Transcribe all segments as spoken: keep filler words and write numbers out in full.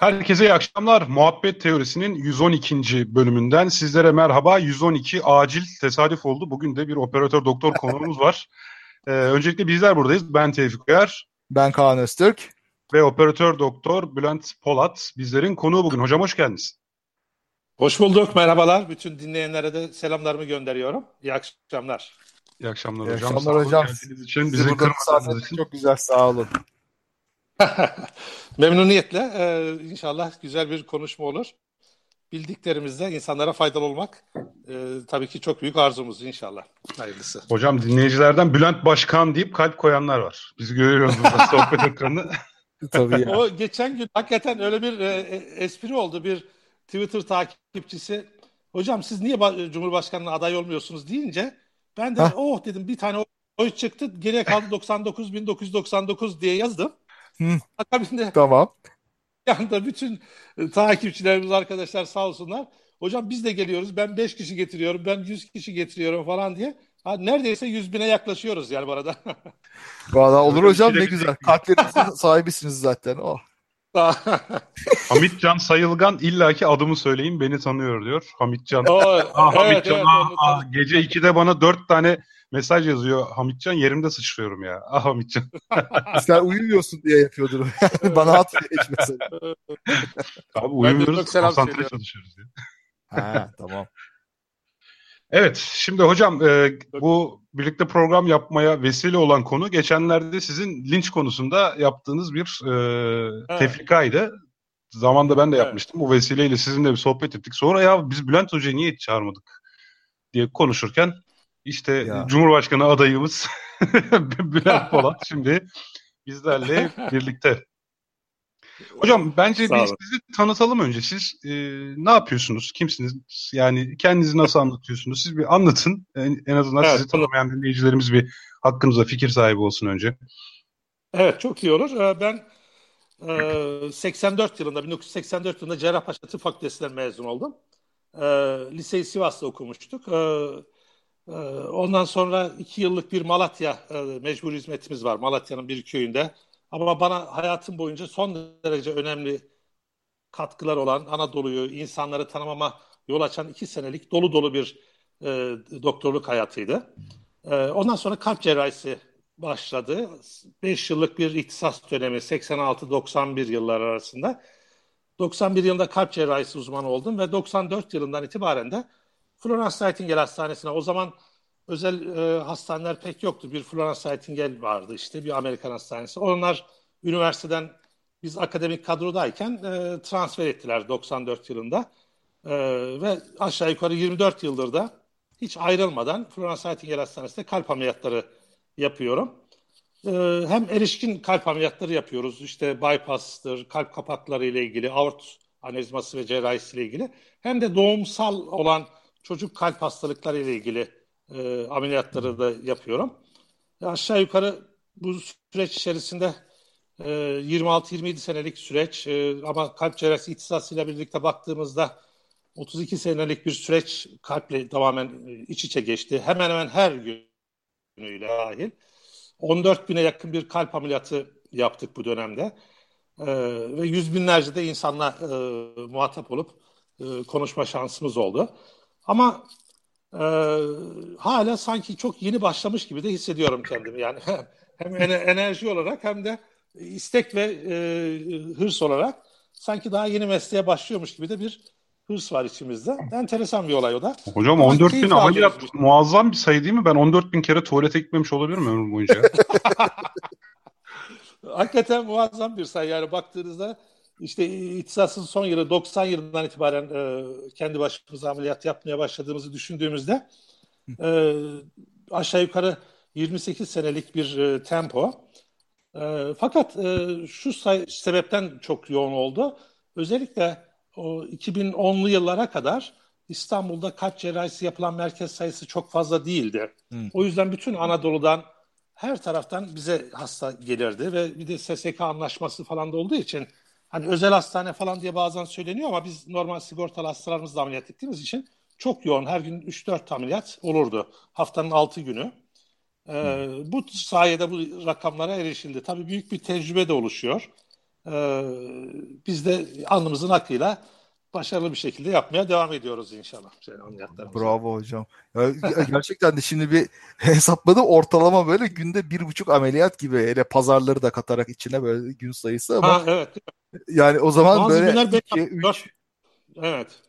Herkese iyi akşamlar. Muhabbet Teorisi'nin yüz on ikinci bölümünden sizlere merhaba. yüz on iki acil tesadüf oldu. Bugün de bir operatör doktor konuğumuz var. Ee, öncelikle bizler buradayız. Ben Tevfik Uyar Ben Kaan Öztürk. ve operatör doktor Bülent Polat. Bizlerin konuğu bugün. Hocam hoş geldiniz. Hoş bulduk, merhabalar. Bütün dinleyenlere de selamlarımı gönderiyorum. İyi akşamlar. İyi akşamlar İyi hocam. akşamlar Sağ olun hocam. geldiğiniz için, Sizi bizi burada misafir kırmadığınız etmek için. çok güzel. Sağ olun. Memnuniyetle. Ee, inşallah güzel bir konuşma olur. Bildiklerimizle insanlara faydalı olmak e, tabii ki çok büyük arzumuz inşallah. Hayırlısı. Hocam dinleyicilerden Bülent Başkan deyip kalp koyanlar var. Bizi görüyoruz burada sohbet ekranı. Tabii ya. O geçen gün hakikaten öyle bir e, e, espri oldu. Bir Twitter takipçisi, hocam siz niye ba- Cumhurbaşkanlığı aday olmuyorsunuz deyince ben de Hah. oh dedim, bir tane oy çıktı, geriye kaldı doksan dokuz bin dokuz yüz doksan dokuz diye yazdım. Hı, Akabinde tamam. yanında bütün e, takipçilerimiz, arkadaşlar sağ olsunlar. Hocam biz de geliyoruz. Ben beş kişi getiriyorum. Ben yüz kişi getiriyorum falan diye. Ha, neredeyse yüz bine yaklaşıyoruz yani bu arada. Vallahi olur Öyle bir hocam, şey de ne biz güzel. bekliyoruz. Kalplerinizin sahibisiniz zaten. Oh. Hamitcan Sayılgan illaki adımı söyleyin beni tanıyor diyor. Hamitcan. O, Ah evet Hamitcan evet ah, onu ah. tanı- Gece ikide bana dört tane mesaj yazıyor Hamitcan. Yerimde sıçrıyorum ya. Ah Hamitcan. Sen uyumuyorsun diye yapıyordur. Yani bana atmıyor hiç mesela. Abi Ben de uyumuyoruz, çok selam konsantre söylüyorum. çalışıyoruz ya. Ha, tamam. Evet, şimdi hocam e, bu birlikte program yapmaya vesile olan konu geçenlerde sizin linç konusunda yaptığınız bir e, Evet, tefrikaydı. Zamanında ben de evet. yapmıştım. Bu vesileyle sizinle bir sohbet ettik. Sonra ya biz Bülent Hoca'yı niye hiç çağırmadık diye konuşurken işte Ya. Cumhurbaşkanı adayımız Bülent Polat şimdi bizlerle birlikte. Hocam bence Sağ bir olun. sizi tanıtalım önce. Siz e, ne yapıyorsunuz? Kimsiniz? Yani kendinizi nasıl anlatıyorsunuz? Siz bir anlatın. En, en azından Evet, sizi bunu- tanımayan dinleyicilerimiz bir hakkınızda fikir sahibi olsun önce. evet çok iyi olur. Ee, Ben e, seksen dört yılında, bin dokuz yüz seksen dört yılında Cerrahpaşa Tıp Fakültesinden mezun oldum. Ee, Liseyi Sivas'ta okumuştuk. Ee, e, Ondan sonra iki yıllık bir Malatya e, mecburi hizmetimiz var, Malatya'nın bir köyünde. Ama bana hayatım boyunca son derece önemli katkılar olan, Anadolu'yu, insanları tanımama yol açan iki senelik dolu dolu bir e, doktorluk hayatıydı. E, ondan sonra kalp cerrahisi başladı. Beş yıllık bir ihtisas dönemi, seksen altı doksan bir yıllar arasında. doksan bir yılında kalp cerrahisi uzmanı oldum ve doksan dört yılından itibaren de Florence Nightingale Hastanesi'ne, o zaman özel e, hastaneler pek yoktu. Bir Florence Nightingale vardı, işte bir Amerikan hastanesi. Onlar üniversiteden, biz akademik kadrodayken e, transfer ettiler doksan dört yılında. E, Ve aşağı yukarı yirmi dört yıldır da hiç ayrılmadan Florence Nightingale Hastanesi'nde kalp ameliyatları yapıyorum. E, Hem erişkin kalp ameliyatları yapıyoruz. İşte bypass'tır, kalp kapakları ile ilgili, aort anevrizması ve cerrahisi ile ilgili. Hem de doğumsal olan çocuk kalp hastalıkları ile ilgili e, ameliyatları da yapıyorum. Aşağı yukarı bu süreç içerisinde e, yirmi altı yirmi yedi senelik süreç, e, ama kalp cerrahisi ihtisasıyla birlikte baktığımızda otuz iki senelik bir süreç kalple tamamen e, iç içe geçti. Hemen hemen her günüyle dahil. on dört bine yakın bir kalp ameliyatı yaptık bu dönemde. E, Ve yüz binlerce de insanla e, muhatap olup e, konuşma şansımız oldu. Ama e, hala sanki çok yeni başlamış gibi de hissediyorum kendimi. Yani hem enerji olarak hem de istek ve e, hırs olarak sanki daha yeni mesleğe başlıyormuş gibi de bir hırs var içimizde. Enteresan bir olay o da. Hocam Ama on dört bin keyifli alıyoruz ameliyat biz. muazzam bir sayı değil mi? Ben on dört bin kere tuvalete gitmemiş olabilirim ömrüm boyunca ya. Hakikaten muazzam bir sayı. Yani baktığınızda işte ihtisasın son yılı doksan yılından itibaren e, kendi başımıza ameliyat yapmaya başladığımızı düşündüğümüzde e, aşağı yukarı yirmi sekiz senelik bir e, tempo. E, fakat e, şu say- sebepten çok yoğun oldu. Özellikle o iki bin onlu yıllara kadar İstanbul'da kalp cerrahisi yapılan merkez sayısı çok fazla değildi. Hı. O yüzden bütün Anadolu'dan, her taraftan bize hasta gelirdi ve bir de S S K anlaşması falan da olduğu için hani özel hastane falan diye bazen söyleniyor ama biz normal sigortalı hastalarımızla ameliyat ettiğimiz için çok yoğun, her gün üç dört ameliyat olurdu. Haftanın altı günü. Hı. Ee, bu sayede bu rakamlara erişildi. Tabii büyük bir tecrübe de oluşuyor. E, Biz de alnımızın akıyla başarılı bir şekilde yapmaya devam ediyoruz inşallah şey, ameliyatlarımızı. Bravo hocam. Ya, gerçekten de şimdi bir hesapladım, ortalama böyle günde bir buçuk ameliyat gibi, hele pazarları da katarak içine böyle gün sayısı, ama Ha, evet. yani o zaman Bazı böyle günler beş, iki dört, üç evet.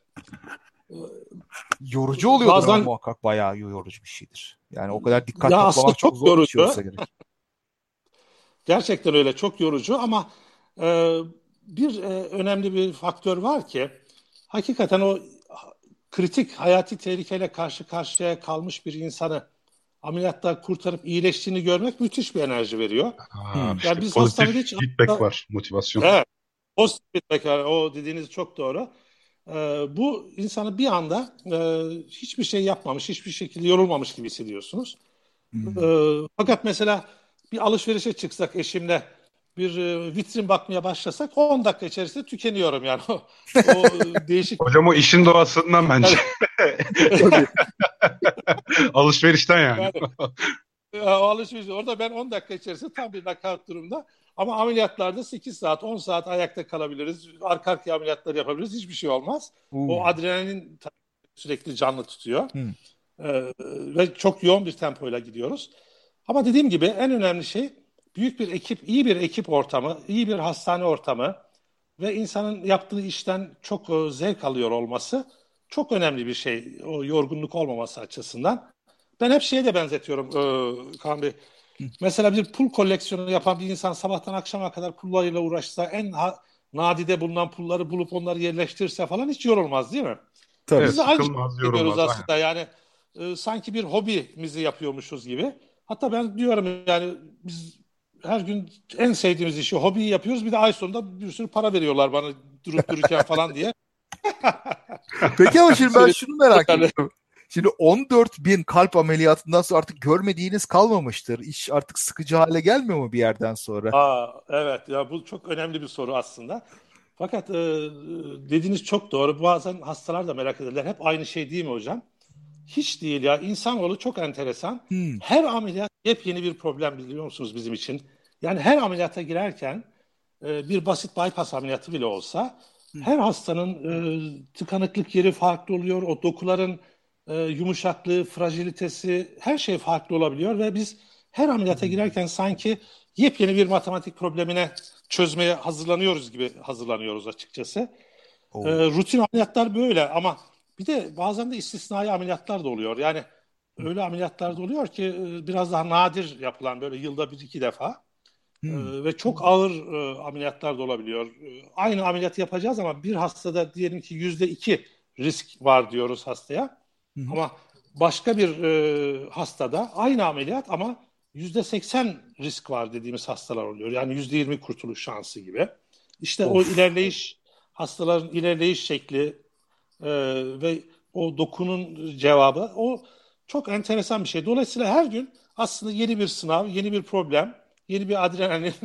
yorucu oluyordur ama Bazen muhakkak bayağı yorucu bir şeydir. Yani o kadar dikkat ya aslında toplamak çok çok zor bir şey olsa yorucu. gerek. Gerçekten öyle çok yorucu ama e, bir e, önemli bir faktör var ki hakikaten o kritik hayati tehlikeyle karşı karşıya kalmış bir insanı ameliyatta kurtarıp iyileştiğini görmek müthiş bir enerji veriyor. Ha, Hmm. Yani işte biz pozitif hastanede hiç feedback var, motivasyon. evet, pozitif feedback var. O dediğiniz çok doğru. E, Bu insanı bir anda e, hiçbir şey yapmamış, hiçbir şekilde yorulmamış gibi hissediyorsunuz. Hmm. Ee, fakat mesela bir alışverişe çıksak eşimle bir e, vitrin bakmaya başlasak on dakika içerisinde tükeniyorum yani. O, o değişik Hocam o işin doğasından bence. yani, Tabii. Alışverişten yani. yani e, o alışveriş orada ben on dakika içerisinde tam bir nakavt durumda ama ameliyatlarda sekiz saat on saat ayakta kalabiliriz. Arka arkaya ameliyatlar yapabiliriz. Hiçbir şey olmaz. O Uh. adrenalin sürekli canlı tutuyor. Hmm. Ee, Ve çok yoğun bir tempoyla gidiyoruz. Ama dediğim gibi en önemli şey büyük bir ekip, iyi bir ekip ortamı, iyi bir hastane ortamı ve insanın yaptığı işten çok e, zevk alıyor olması çok önemli bir şey. O yorgunluk olmaması açısından. Ben hep şeye de benzetiyorum e, Kaan Bey. Mesela bir pul koleksiyonu yapan bir insan sabahtan akşama kadar pullarıyla uğraşsa, en ha- nadide bulunan pulları bulup onları yerleştirirse falan hiç yorulmaz değil mi? Tabii. Biz Evet, de aynı sıkılmaz, şeyi yapıyoruz yorulmaz. Aynen. aslında yani e, sanki bir hobimizi yapıyormuşuz gibi. Hatta ben diyorum yani biz her gün en sevdiğimiz işi, hobiyi yapıyoruz. Bir de ay sonunda bir sürü para veriyorlar bana durup dururken falan diye. Peki ama şimdi ben Sürekli şunu merak yani. ediyorum. Şimdi on dört bin kalp ameliyatından sonra artık görmediğiniz kalmamıştır. İş artık sıkıcı hale gelmiyor mu bir yerden sonra? Aa, evet ya bu çok önemli bir soru aslında. Fakat e, dediğiniz çok doğru. Bazen hastalar da merak ederler. Hep aynı şey değil mi hocam? Hiç değil ya. İnsanoğlu çok enteresan. Hmm. Her ameliyat yepyeni bir problem biliyor musunuz bizim için? Yani her ameliyata girerken e, bir basit bypass ameliyatı bile olsa Hmm. her hastanın e, tıkanıklık yeri farklı oluyor. O dokuların e, yumuşaklığı, fragilitesi her şey farklı olabiliyor ve biz her ameliyata girerken sanki yepyeni bir matematik problemine çözmeye hazırlanıyoruz gibi hazırlanıyoruz açıkçası. E, Oh. rutin ameliyatlar böyle ama bir de bazen de istisnai ameliyatlar da oluyor. Yani öyle ameliyatlar da oluyor ki e, biraz daha nadir yapılan böyle yılda bir iki defa. Hmm. Ee, ve çok ağır e, ameliyatlar da olabiliyor. Ee, aynı ameliyatı yapacağız ama bir hastada diyelim ki yüzde iki risk var diyoruz hastaya. Hı hı. Ama başka bir e, hastada aynı ameliyat ama yüzde seksen risk var dediğimiz hastalar oluyor. Yani yüzde yirmi kurtuluş şansı gibi. İşte o Of. ilerleyiş, hastaların ilerleyiş şekli e, ve o dokunun cevabı o çok enteresan bir şey. Dolayısıyla her gün aslında yeni bir sınav, yeni bir problem, yeni bir adrenalin.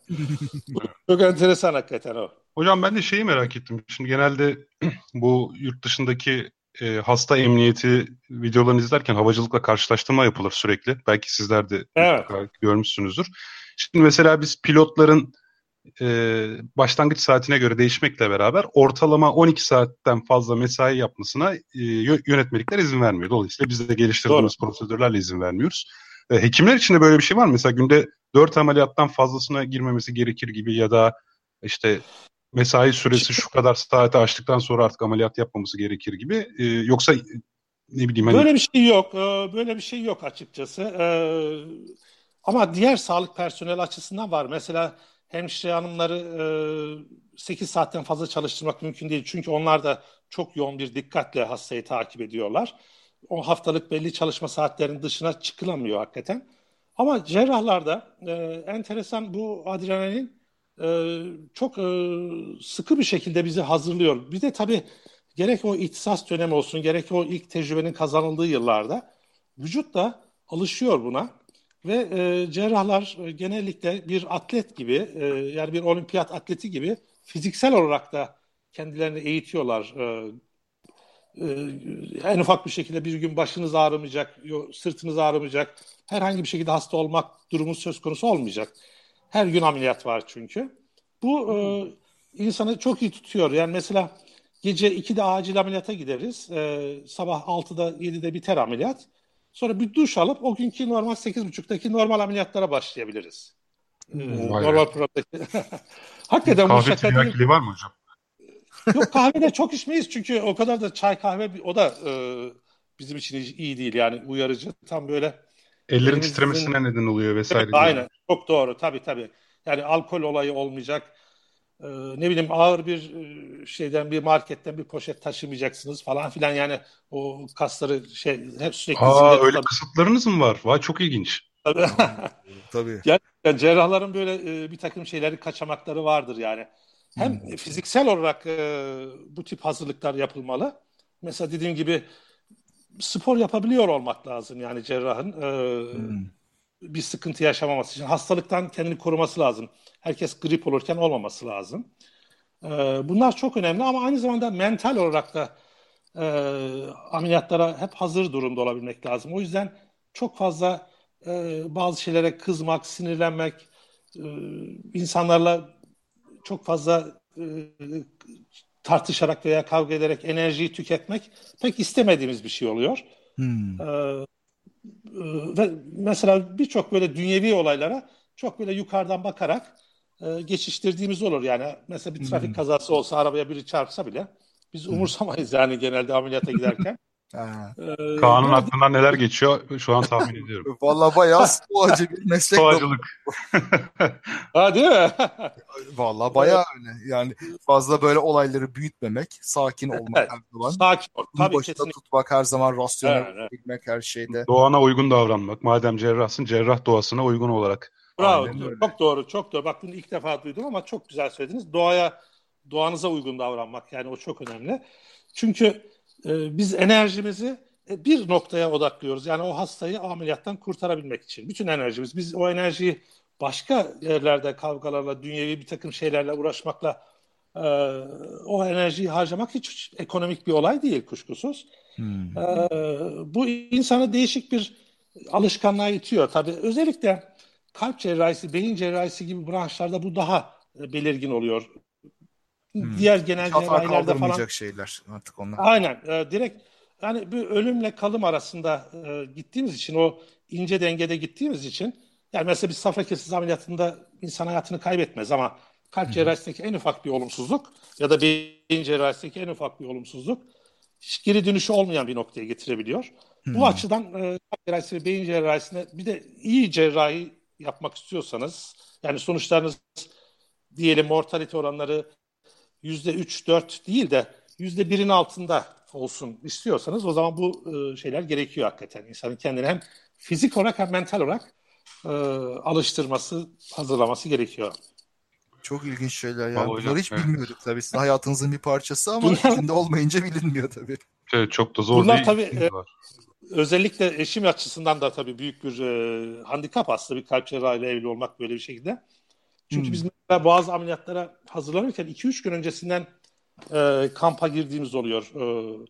Çok enteresan hakikaten o. Hocam ben de şeyi merak ettim. Şimdi genelde bu yurt dışındaki e, hasta emniyeti videolarını izlerken havacılıkla karşılaştırma yapılır sürekli. Belki sizler de Evet. mutlaka görmüşsünüzdür. Şimdi mesela biz pilotların e, başlangıç saatine göre değişmekle beraber ortalama on iki saatten fazla mesai yapmasına e, yönetmelikler izin vermiyor. Dolayısıyla biz de Doğru. geliştirdiğimiz prosedürlerle izin vermiyoruz. E, hekimler için de böyle bir şey var mı? Mesela günde dört ameliyattan fazlasına girmemesi gerekir gibi ya da işte mesai süresi şu kadar saate aştıktan sonra artık ameliyat yapmaması gerekir gibi. E, yoksa ne bileyim hani Böyle bir şey yok. Ee, Böyle bir şey yok açıkçası. Ee, Ama diğer sağlık personeli açısından var. Mesela hemşire hanımları e, sekiz saatten fazla çalıştırmak mümkün değil. Çünkü onlar da çok yoğun bir dikkatle hastayı takip ediyorlar. O haftalık belli çalışma saatlerinin dışına çıkılamıyor hakikaten. Ama cerrahlarda e, enteresan bu adrenalin e, çok e, sıkı bir şekilde bizi hazırlıyor. Bir de tabii gerek o ihtisas dönemi olsun, gerek o ilk tecrübenin kazanıldığı yıllarda vücut da alışıyor buna. Ve e, cerrahlar e, genellikle bir atlet gibi, e, yani bir olimpiyat atleti gibi fiziksel olarak da kendilerini eğitiyorlar. E, e, En ufak bir şekilde bir gün başınız ağrımayacak, sırtınız ağrımayacak, herhangi bir şekilde hasta olmak durumu söz konusu olmayacak. Her gün ameliyat var çünkü. Bu e, insanı çok iyi tutuyor. Yani mesela gece ikide acil ameliyata gideriz. E, sabah altıda yedide biter ameliyat. Sonra bir duş alıp o günkü normal sekiz buçuktaki normal ameliyatlara başlayabiliriz. E, Hmm. Vay be. normal programdaki. Hakikaten bu Kahve şaka değil. tiryakiliği var mı hocam? Yok, kahvede çok içmeyiz çünkü o kadar da çay kahve o da e, bizim için iyi değil yani uyarıcı. Tam böyle Ellerin elimizin titremesine neden oluyor vesaire aynen diyorlar. çok doğru tabii tabii. Yani alkol olayı olmayacak. Ee, ne bileyim ağır bir e, şeyden bir marketten bir poşet taşımayacaksınız falan filan yani o kasları şey hep sürekli Aa, zinde öyle tutabilir. kısıtlarınız mı var? Vay, çok ilginç. Oo, tabii. Gerçekten cerrahların böyle e, bir takım şeyleri kaçamakları vardır yani. Hem Hmm. fiziksel olarak e, bu tip hazırlıklar yapılmalı. Mesela dediğim gibi spor yapabiliyor olmak lazım yani cerrahın e, Hmm. bir sıkıntı yaşamaması için. Hastalıktan kendini koruması lazım. Herkes grip olurken olmaması lazım. E, bunlar çok önemli ama aynı zamanda mental olarak da e, ameliyatlara hep hazır durumda olabilmek lazım. O yüzden çok fazla e, bazı şeylere kızmak, sinirlenmek, e, insanlarla çok fazla e, tartışarak veya kavga ederek enerjiyi tüketmek pek istemediğimiz bir şey oluyor. Hmm. E, ve mesela birçok böyle dünyevi olaylara çok böyle yukarıdan bakarak e, geçiştirdiğimiz olur. Yani mesela bir trafik Hmm. kazası olsa arabaya biri çarpsa bile biz Hmm. umursamayız yani genelde ameliyata giderken. Ha. E, Kaan'ın biraz aklından neler geçiyor şu an tahmin ediyorum. Vallahi bayağı stoacı bir meslek dalı. Stoacılık. ha, değil mi? Vallahi E, bayağı öyle. Yani fazla böyle olayları büyütmemek, sakin olmak evet. her zaman. Sakin ol. Bunu Tabii başında kesinlikle. tutmak, her zaman rasyonel Evet, evet. olabilmek her şeyde. Doğana uygun davranmak. Madem cerrahsın, cerrah doğasına uygun olarak. Bravo. Aynen öyle. Çok doğru. Çok doğru. Bak bunu ilk defa duydum ama çok güzel söylediniz. Doğaya, doğanıza uygun davranmak yani o çok önemli. Çünkü e, biz enerjimizi e, bir noktaya odaklıyoruz. Yani o hastayı ameliyattan kurtarabilmek için. Bütün enerjimiz. Biz o enerjiyi başka yerlerde kavgalarla, dünyevi bir takım şeylerle uğraşmakla e, o enerjiyi harcamak hiç ekonomik bir olay değil kuşkusuz. E, Hmm. bu insanı değişik bir alışkanlığa itiyor. Tabii özellikle kalp cerrahisi, beyin cerrahisi gibi branşlarda bu daha e, belirgin oluyor. Hmm. Diğer Hiç genel hata cerrahilerde falan kaldırmayacak şeyler artık onlar. aynen e, direkt yani bir ölümle kalım arasında e, gittiğimiz için o ince dengede gittiğimiz için yani mesela bir safra kesesi ameliyatında insan hayatını kaybetmez ama Hı kalp hı. cerrahisindeki en ufak bir olumsuzluk ya da beyin cerrahisindeki en ufak bir olumsuzluk hiç geri dönüşü olmayan bir noktaya getirebiliyor. Bu Hmm. açıdan e, kalp cerrahisi ve beyin cerrahisine bir de iyi cerrahi yapmak istiyorsanız yani sonuçlarınız diyelim mortalite oranları yüzde üç dört değil de yüzde birin altında olsun istiyorsanız o zaman bu e, şeyler gerekiyor hakikaten. İnsanın kendini hem fizik olarak hem mental olarak e, alıştırması, hazırlaması gerekiyor. Çok ilginç şeyler Vallahi ya. hocam, Bunları hiç evet. bilmiyorduk tabii. Sizin hayatınızın bir parçası ama Bunlar, içinde olmayınca bilinmiyor tabii. Evet, çok da zor bunlar değil. tabii İlginiz e, var. özellikle eşim açısından da tabii büyük bir e, handikap aslında bir kalp cerrahiyle evli olmak böyle bir şekilde. Çünkü Hmm. biz mesela bazı ameliyatlara hazırlanırken iki üç gün öncesinden e, kampa girdiğimiz oluyor. E,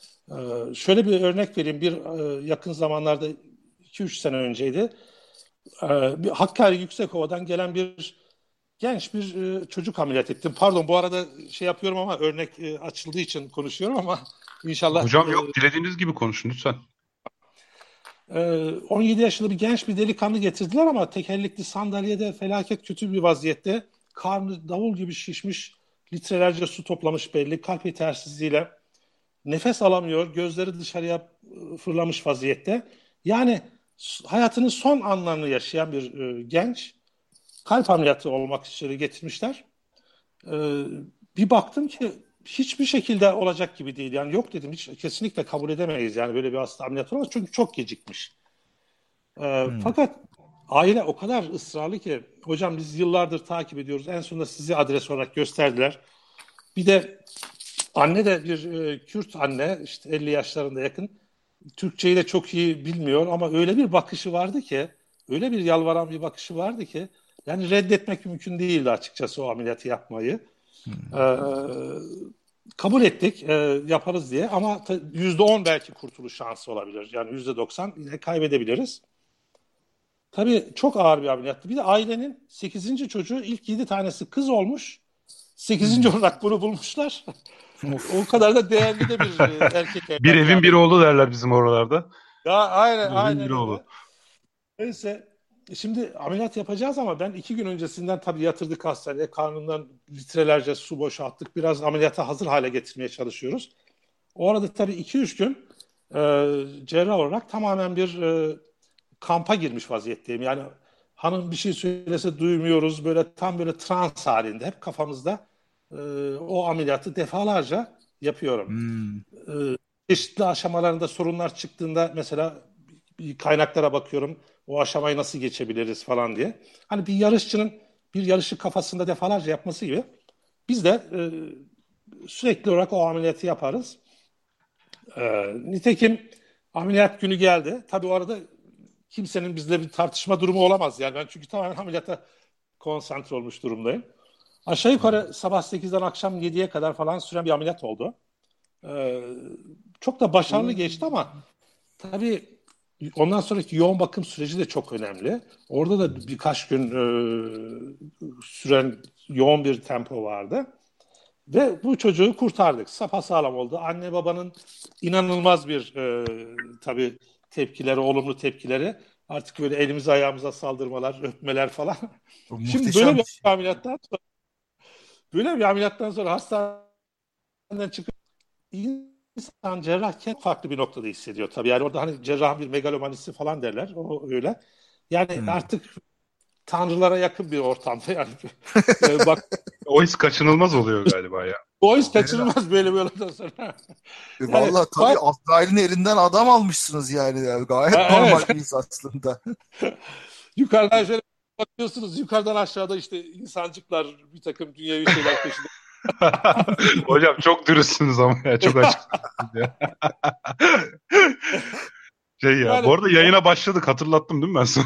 Ee, şöyle bir örnek vereyim. Bir e, yakın zamanlarda iki üç sene önceydi. Ee, bir Hakkari Yüksekova'dan gelen bir genç bir e, çocuk ameliyat ettim. Pardon bu arada şey yapıyorum ama örnek e, açıldığı için konuşuyorum ama inşallah Hocam yok, e, dilediğiniz gibi konuşun lütfen. e, on yedi yaşında bir genç bir delikanlı getirdiler ama tekerlekli sandalyede felaket kötü bir vaziyette. Karnı davul gibi şişmiş, litrelerce su toplamış belli, kalp yetersizliğiyle. Nefes alamıyor, gözleri dışarıya e, fırlamış vaziyette. Yani hayatının son anlarını yaşayan bir e, genç kalp ameliyatı olmak üzere getirmişler. E, bir baktım ki hiçbir şekilde olacak gibi değil. Yani yok dedim hiç kesinlikle kabul edemeyiz. Yani böyle bir hasta ameliyat olmaz çünkü çok gecikmiş. E, Hmm. fakat aile o kadar ısrarlı ki hocam biz yıllardır takip ediyoruz. En sonunda sizi adres olarak gösterdiler. Bir de anne de bir e, Kürt anne işte elli yaşlarında yakın. Türkçeyi de çok iyi bilmiyor ama öyle bir bakışı vardı ki, öyle bir yalvaran bir bakışı vardı ki yani reddetmek mümkün değildi açıkçası o ameliyatı yapmayı. Hmm. Ee, kabul ettik e, yaparız diye ama yüzde on belki kurtuluş şansı olabilir. Yani yüzde doksan yine kaybedebiliriz. Tabii çok ağır bir ameliyattı. Bir de ailenin sekizinci çocuğu, ilk yedi tanesi kız olmuş. Sekizinci Hmm. olarak bunu bulmuşlar. O Of. kadar da değerli de bir e, erkek Bir evlat evin bir yani. oğlu derler bizim oralarda. Ya aynen Bir evin bir aynen oğlu. öyle. Neyse, şimdi ameliyat yapacağız ama ben iki gün öncesinden tabii yatırdık hastaneye. Karnından litrelerce su boşalttık. Biraz ameliyata hazır hale getirmeye çalışıyoruz. O arada tabii iki üç gün e, cerrah olarak tamamen bir e, kampa girmiş vaziyetteyim. Yani hanım bir şey söylese duymuyoruz. Böyle tam böyle trans halinde. Hep kafamızda e, o ameliyatı defalarca yapıyorum. Hmm. E, Çeşitli aşamalarında sorunlar çıktığında mesela bir kaynaklara bakıyorum. O aşamayı nasıl geçebiliriz falan diye. Hani bir yarışçının bir yarışı kafasında defalarca yapması gibi biz de e, sürekli olarak o ameliyatı yaparız. E, nitekim ameliyat günü geldi. Tabii o arada kimsenin bizle bir tartışma durumu olamaz. Yani ben çünkü tamamen ameliyata konsantre olmuş durumdayım. Aşağı yukarı sabah sekizden akşam yediye kadar falan süren bir ameliyat oldu. Ee, Çok da başarılı geçti ama tabii ondan sonraki yoğun bakım süreci de çok önemli. Orada da birkaç gün e, süren yoğun bir tempo vardı. Ve bu çocuğu kurtardık. Sapasağlam oldu. Anne babanın inanılmaz bir e, tabii tepkileri, olumlu tepkileri. Artık böyle elimize ayağımıza saldırmalar, öpmeler falan. O Şimdi böyle muhteşem bir bir şey. ameliyattan sonra, böyle bir ameliyattan sonra hastaneden çıkıp insan cerrahken farklı bir noktada hissediyor tabii. Yani orada hani cerrahın bir megalomanisi falan derler. O öyle. Yani Hmm. artık tanrılara yakın bir ortamda yani. E, bak, O his kaçınılmaz oluyor galiba ya. o his Herhalde. kaçırılmaz böyle bir olaydan sonra. E, Yani Vallahi tabii Azrail'in elinden adam almışsınız yani. Yani ha, gayet normal evet. bir his aslında. Yukarıdan şöyle bakıyorsunuz. Yukarıdan aşağıda işte insancıklar bir takım dünyevi şeyler peşinde. Hocam çok dürüstsünüz ama ya çok açıksınız ya. Şey ya, bu Yani arada o, yayına başladık, hatırlattım değil mi ben sana?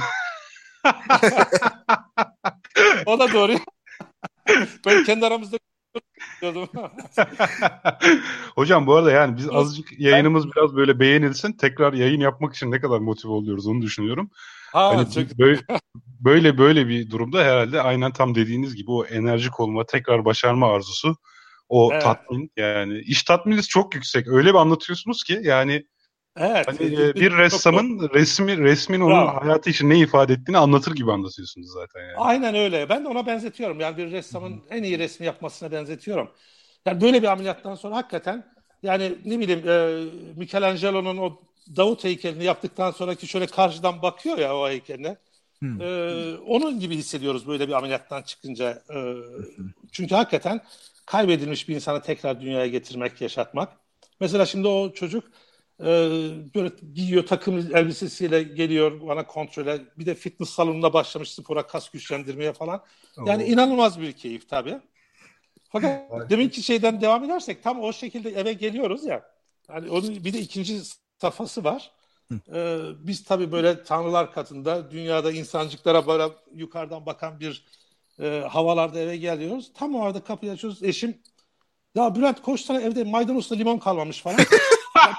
o da doğru. Ben kendi aramızda diyordum. Hocam bu arada yani biz azıcık Ben, yayınımız biraz böyle beğenilsin. Tekrar yayın yapmak için ne kadar motive oluyoruz onu düşünüyorum. ha Hani çok böyle böyle böyle bir durumda herhalde aynen tam dediğiniz gibi o enerjik olma, tekrar başarma arzusu, o evet. tatmin, yani iş tatmininiz çok yüksek. Öyle bir anlatıyorsunuz ki yani Evet. hani e, bir Çok doğru. ressamın resmi resmin onun Bravo. hayatı için ne ifade ettiğini anlatır gibi anlatıyorsunuz zaten yani. Aynen öyle. Ben de ona benzetiyorum. Yani bir ressamın en iyi resmi yapmasına benzetiyorum. Yani böyle bir ameliyattan sonra hakikaten yani ne bileyim e, Michelangelo'nun o Davut heykelini yaptıktan sonraki şöyle karşıdan bakıyor ya o heykeline. Hmm. E, onun gibi hissediyoruz böyle bir ameliyattan çıkınca. E, çünkü hakikaten kaybedilmiş bir insanı tekrar dünyaya getirmek, yaşatmak. Mesela şimdi o çocuk e, böyle giyiyor takım elbisesiyle geliyor bana kontrole. Bir de fitness salonuna başlamış spora, kas güçlendirmeye falan. Yani Oo. inanılmaz bir keyif tabii. Fakat deminki şeyden devam edersek tam o şekilde eve geliyoruz ya. Yani onun bir de ikinci safhası var. Hı. Ee, biz tabii böyle tanrılar katında dünyada insancıklara böyle yukarıdan bakan bir e, havalarda eve geliyoruz. Tam o arada kapıyı açıyoruz. Eşim ya Bülent koşsana evde maydanozla limon kalmamış falan. Ya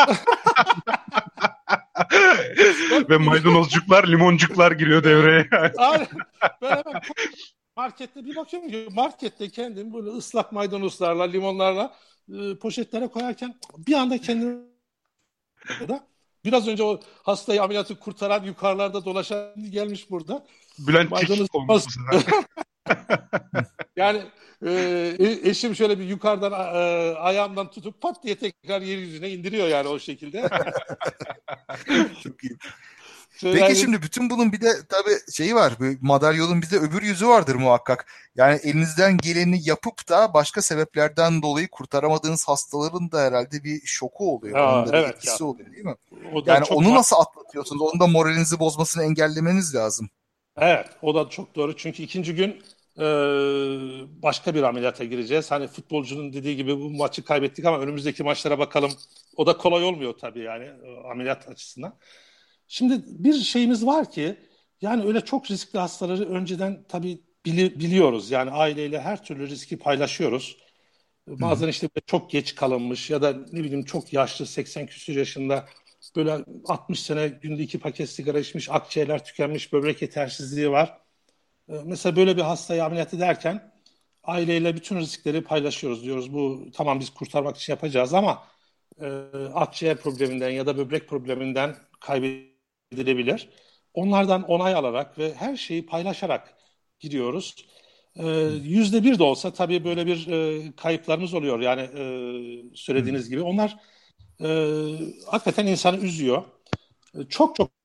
ben, Ve maydanozcuklar, limoncuklar giriyor ben, devreye. ben, ben hemen markette bir bakıyorum ki markette kendim böyle ıslak maydanozlarla, limonlarla e, poşetlere koyarken bir anda kendimi da biraz önce o hastayı ameliyatı kurtaran yukarılarda dolaşan gelmiş burada. Bülentçik Maydanoz olmuş bu sefer. yani e, e- eşim şöyle bir yukarıdan e, ayağımdan tutup pat diye tekrar yeryüzüne indiriyor yani o şekilde. Çok iyi. Şöyle Peki hani, şimdi bütün bunun bir de tabii şeyi var. Bu madalyonun bir de öbür yüzü vardır muhakkak. Yani elinizden geleni yapıp da başka sebeplerden dolayı kurtaramadığınız hastaların da herhalde bir şoku oluyor. Onun ha, da bir evet ya etkisi oluyor değil mi? o da Yani çok onu ma- nasıl atlatıyorsunuz? Onu da moralinizi bozmasını engellemeniz lazım. evet o da çok doğru çünkü ikinci gün e, başka bir ameliyata gireceğiz. Hani futbolcunun dediği gibi bu maçı kaybettik ama önümüzdeki maçlara bakalım. O da kolay olmuyor tabii yani e, ameliyat açısından. Şimdi bir şeyimiz var ki yani öyle çok riskli hastaları önceden tabii bili- biliyoruz. Yani aileyle her türlü riski paylaşıyoruz. Hı hı. Bazen işte çok geç kalınmış ya da ne bileyim çok yaşlı seksen küsur yaşında böyle altmış sene günde iki paket sigara içmiş, akciğerler tükenmiş, böbrek yetersizliği var. E, mesela böyle bir hastayı ameliyat ederken aileyle bütün riskleri paylaşıyoruz. Diyoruz bu tamam biz kurtarmak için yapacağız ama e, akciğer probleminden ya da böbrek probleminden kaybedilebilir. Onlardan onay alarak ve her şeyi paylaşarak giriyoruz. E, Yüzde bir de olsa tabii böyle bir e, kayıplarımız oluyor. Yani e, söylediğiniz gibi. Onlar e, hakikaten insanı üzüyor. E, çok çok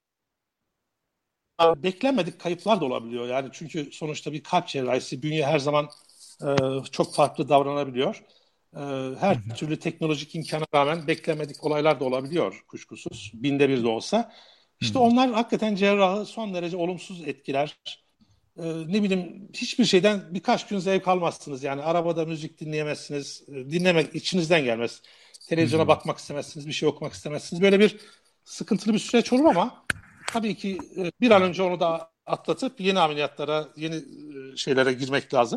beklenmedik kayıplar da olabiliyor. Yani çünkü sonuçta bir kalp cerrahisi bünye her zaman e, çok farklı davranabiliyor. E, her türlü teknolojik imkana rağmen beklenmedik olaylar da olabiliyor kuşkusuz. Binde bir de olsa. İşte onlar hakikaten cerrahı son derece olumsuz etkiler. E, ne bileyim hiçbir şeyden birkaç gün zevk almazsınız. Yani arabada müzik dinleyemezsiniz. E, dinlemek içinizden gelmez. Televizyona bakmak istemezsiniz. Bir şey okumak istemezsiniz. Böyle bir sıkıntılı bir süreç olur ama tabii ki e, bir an önce onu da atlatıp yeni ameliyatlara, yeni e, şeylere girmek lazım.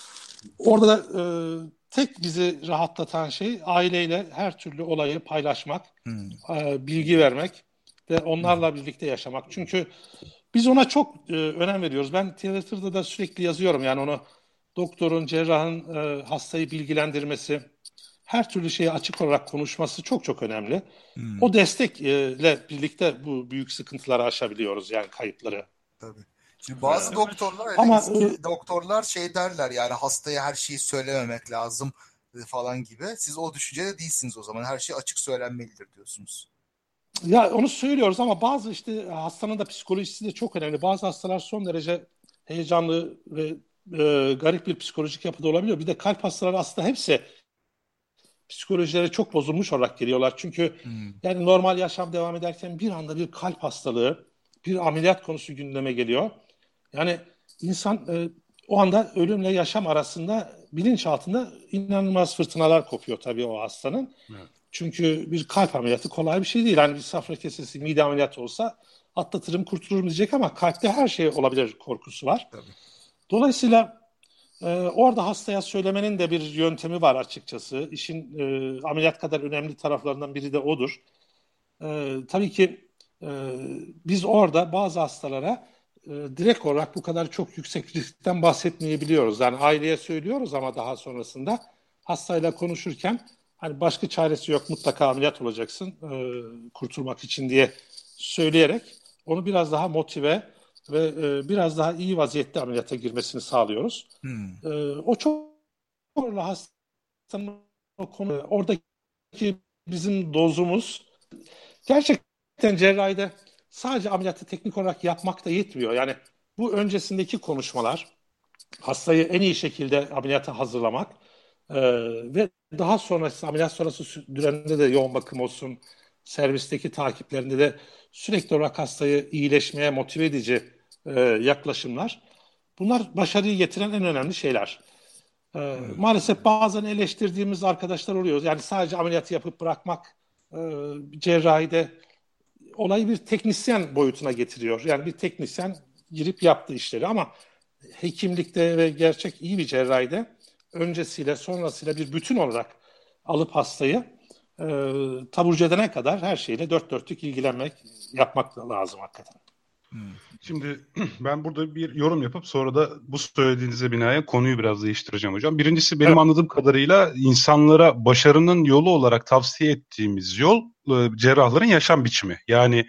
Orada da e, tek bizi rahatlatan şey aileyle her türlü olayı paylaşmak, e, bilgi vermek ve onlarla birlikte yaşamak. Çünkü biz ona çok e, önem veriyoruz. Ben Twitter'da da sürekli yazıyorum. Yani onu doktorun, cerrahın e, hastayı bilgilendirmesi, her türlü şeye açık olarak konuşması çok çok önemli. O destekle birlikte bu büyük sıkıntıları aşabiliyoruz yani kayıpları. Tabii. Şimdi bazı Ee, doktorlar, hele ama e, eski doktorlar şey derler, yani hastaya her şeyi söylememek lazım e, falan gibi. Siz o düşüncede değilsiniz o zaman. Her şey açık söylenmelidir diyorsunuz. ya onu söylüyoruz ama bazı işte hastanın da psikolojisi de çok önemli. Bazı hastalar son derece heyecanlı ve e, garip bir psikolojik yapıda olabiliyor. Bir de kalp hastaları aslında hepsi psikolojileri çok bozulmuş olarak geliyorlar. Çünkü Hmm. yani normal yaşam devam ederken bir anda bir kalp hastalığı, bir ameliyat konusu gündeme geliyor. Yani insan e, o anda ölümle yaşam arasında bilinç altında inanılmaz fırtınalar kopuyor tabii o hastanın. Evet. Çünkü bir kalp ameliyatı kolay bir şey değil. Hani bir safra kesesi, mide ameliyatı olsa atlatırım, kurtulurum diyecek ama kalpte her şey olabilir korkusu var. Tabii. Dolayısıyla ee, orada hastaya söylemenin de bir yöntemi var açıkçası. İşin e, ameliyat kadar önemli taraflarından biri de odur. Ee, tabii ki e, biz orada bazı hastalara e, direkt olarak bu kadar çok yüksek riskten bahsetmeyebiliyoruz. Yani aileye söylüyoruz ama daha sonrasında hastayla konuşurken hani başka çaresi yok mutlaka ameliyat olacaksın e, kurtulmak için diye söyleyerek onu biraz daha motive ve e, biraz daha iyi vaziyette ameliyata girmesini sağlıyoruz. Hmm. E, o çok hastanın o konu oradaki bizim dozumuz gerçekten cerrahide sadece ameliyatı teknik olarak yapmak da yetmiyor. Yani bu öncesindeki konuşmalar, hastayı en iyi şekilde ameliyata hazırlamak e, ve daha sonrası ameliyat sonrası süreçte de yoğun bakım olsun, servisteki takiplerinde de sürekli olarak hastayı iyileşmeye motive edici e, yaklaşımlar. Bunlar başarıyı getiren en önemli şeyler. E, maalesef bazen eleştirdiğimiz arkadaşlar oluyor. Yani sadece ameliyatı yapıp bırakmak e, cerrahide olayı bir teknisyen boyutuna getiriyor. Yani bir teknisyen girip yaptı işleri ama hekimlikte ve gerçek iyi bir cerrahide öncesiyle sonrasıyla bir bütün olarak alıp hastayı e, taburcu edene kadar her şeyle dört dörtlük ilgilenmek, yapmak lazım hakikaten. Hmm. Şimdi ben burada bir yorum yapıp sonra da bu söylediğinize binaen konuyu biraz değiştireceğim hocam. Birincisi benim Evet, anladığım kadarıyla insanlara başarının yolu olarak tavsiye ettiğimiz yol e, cerrahların yaşam biçimi. Yani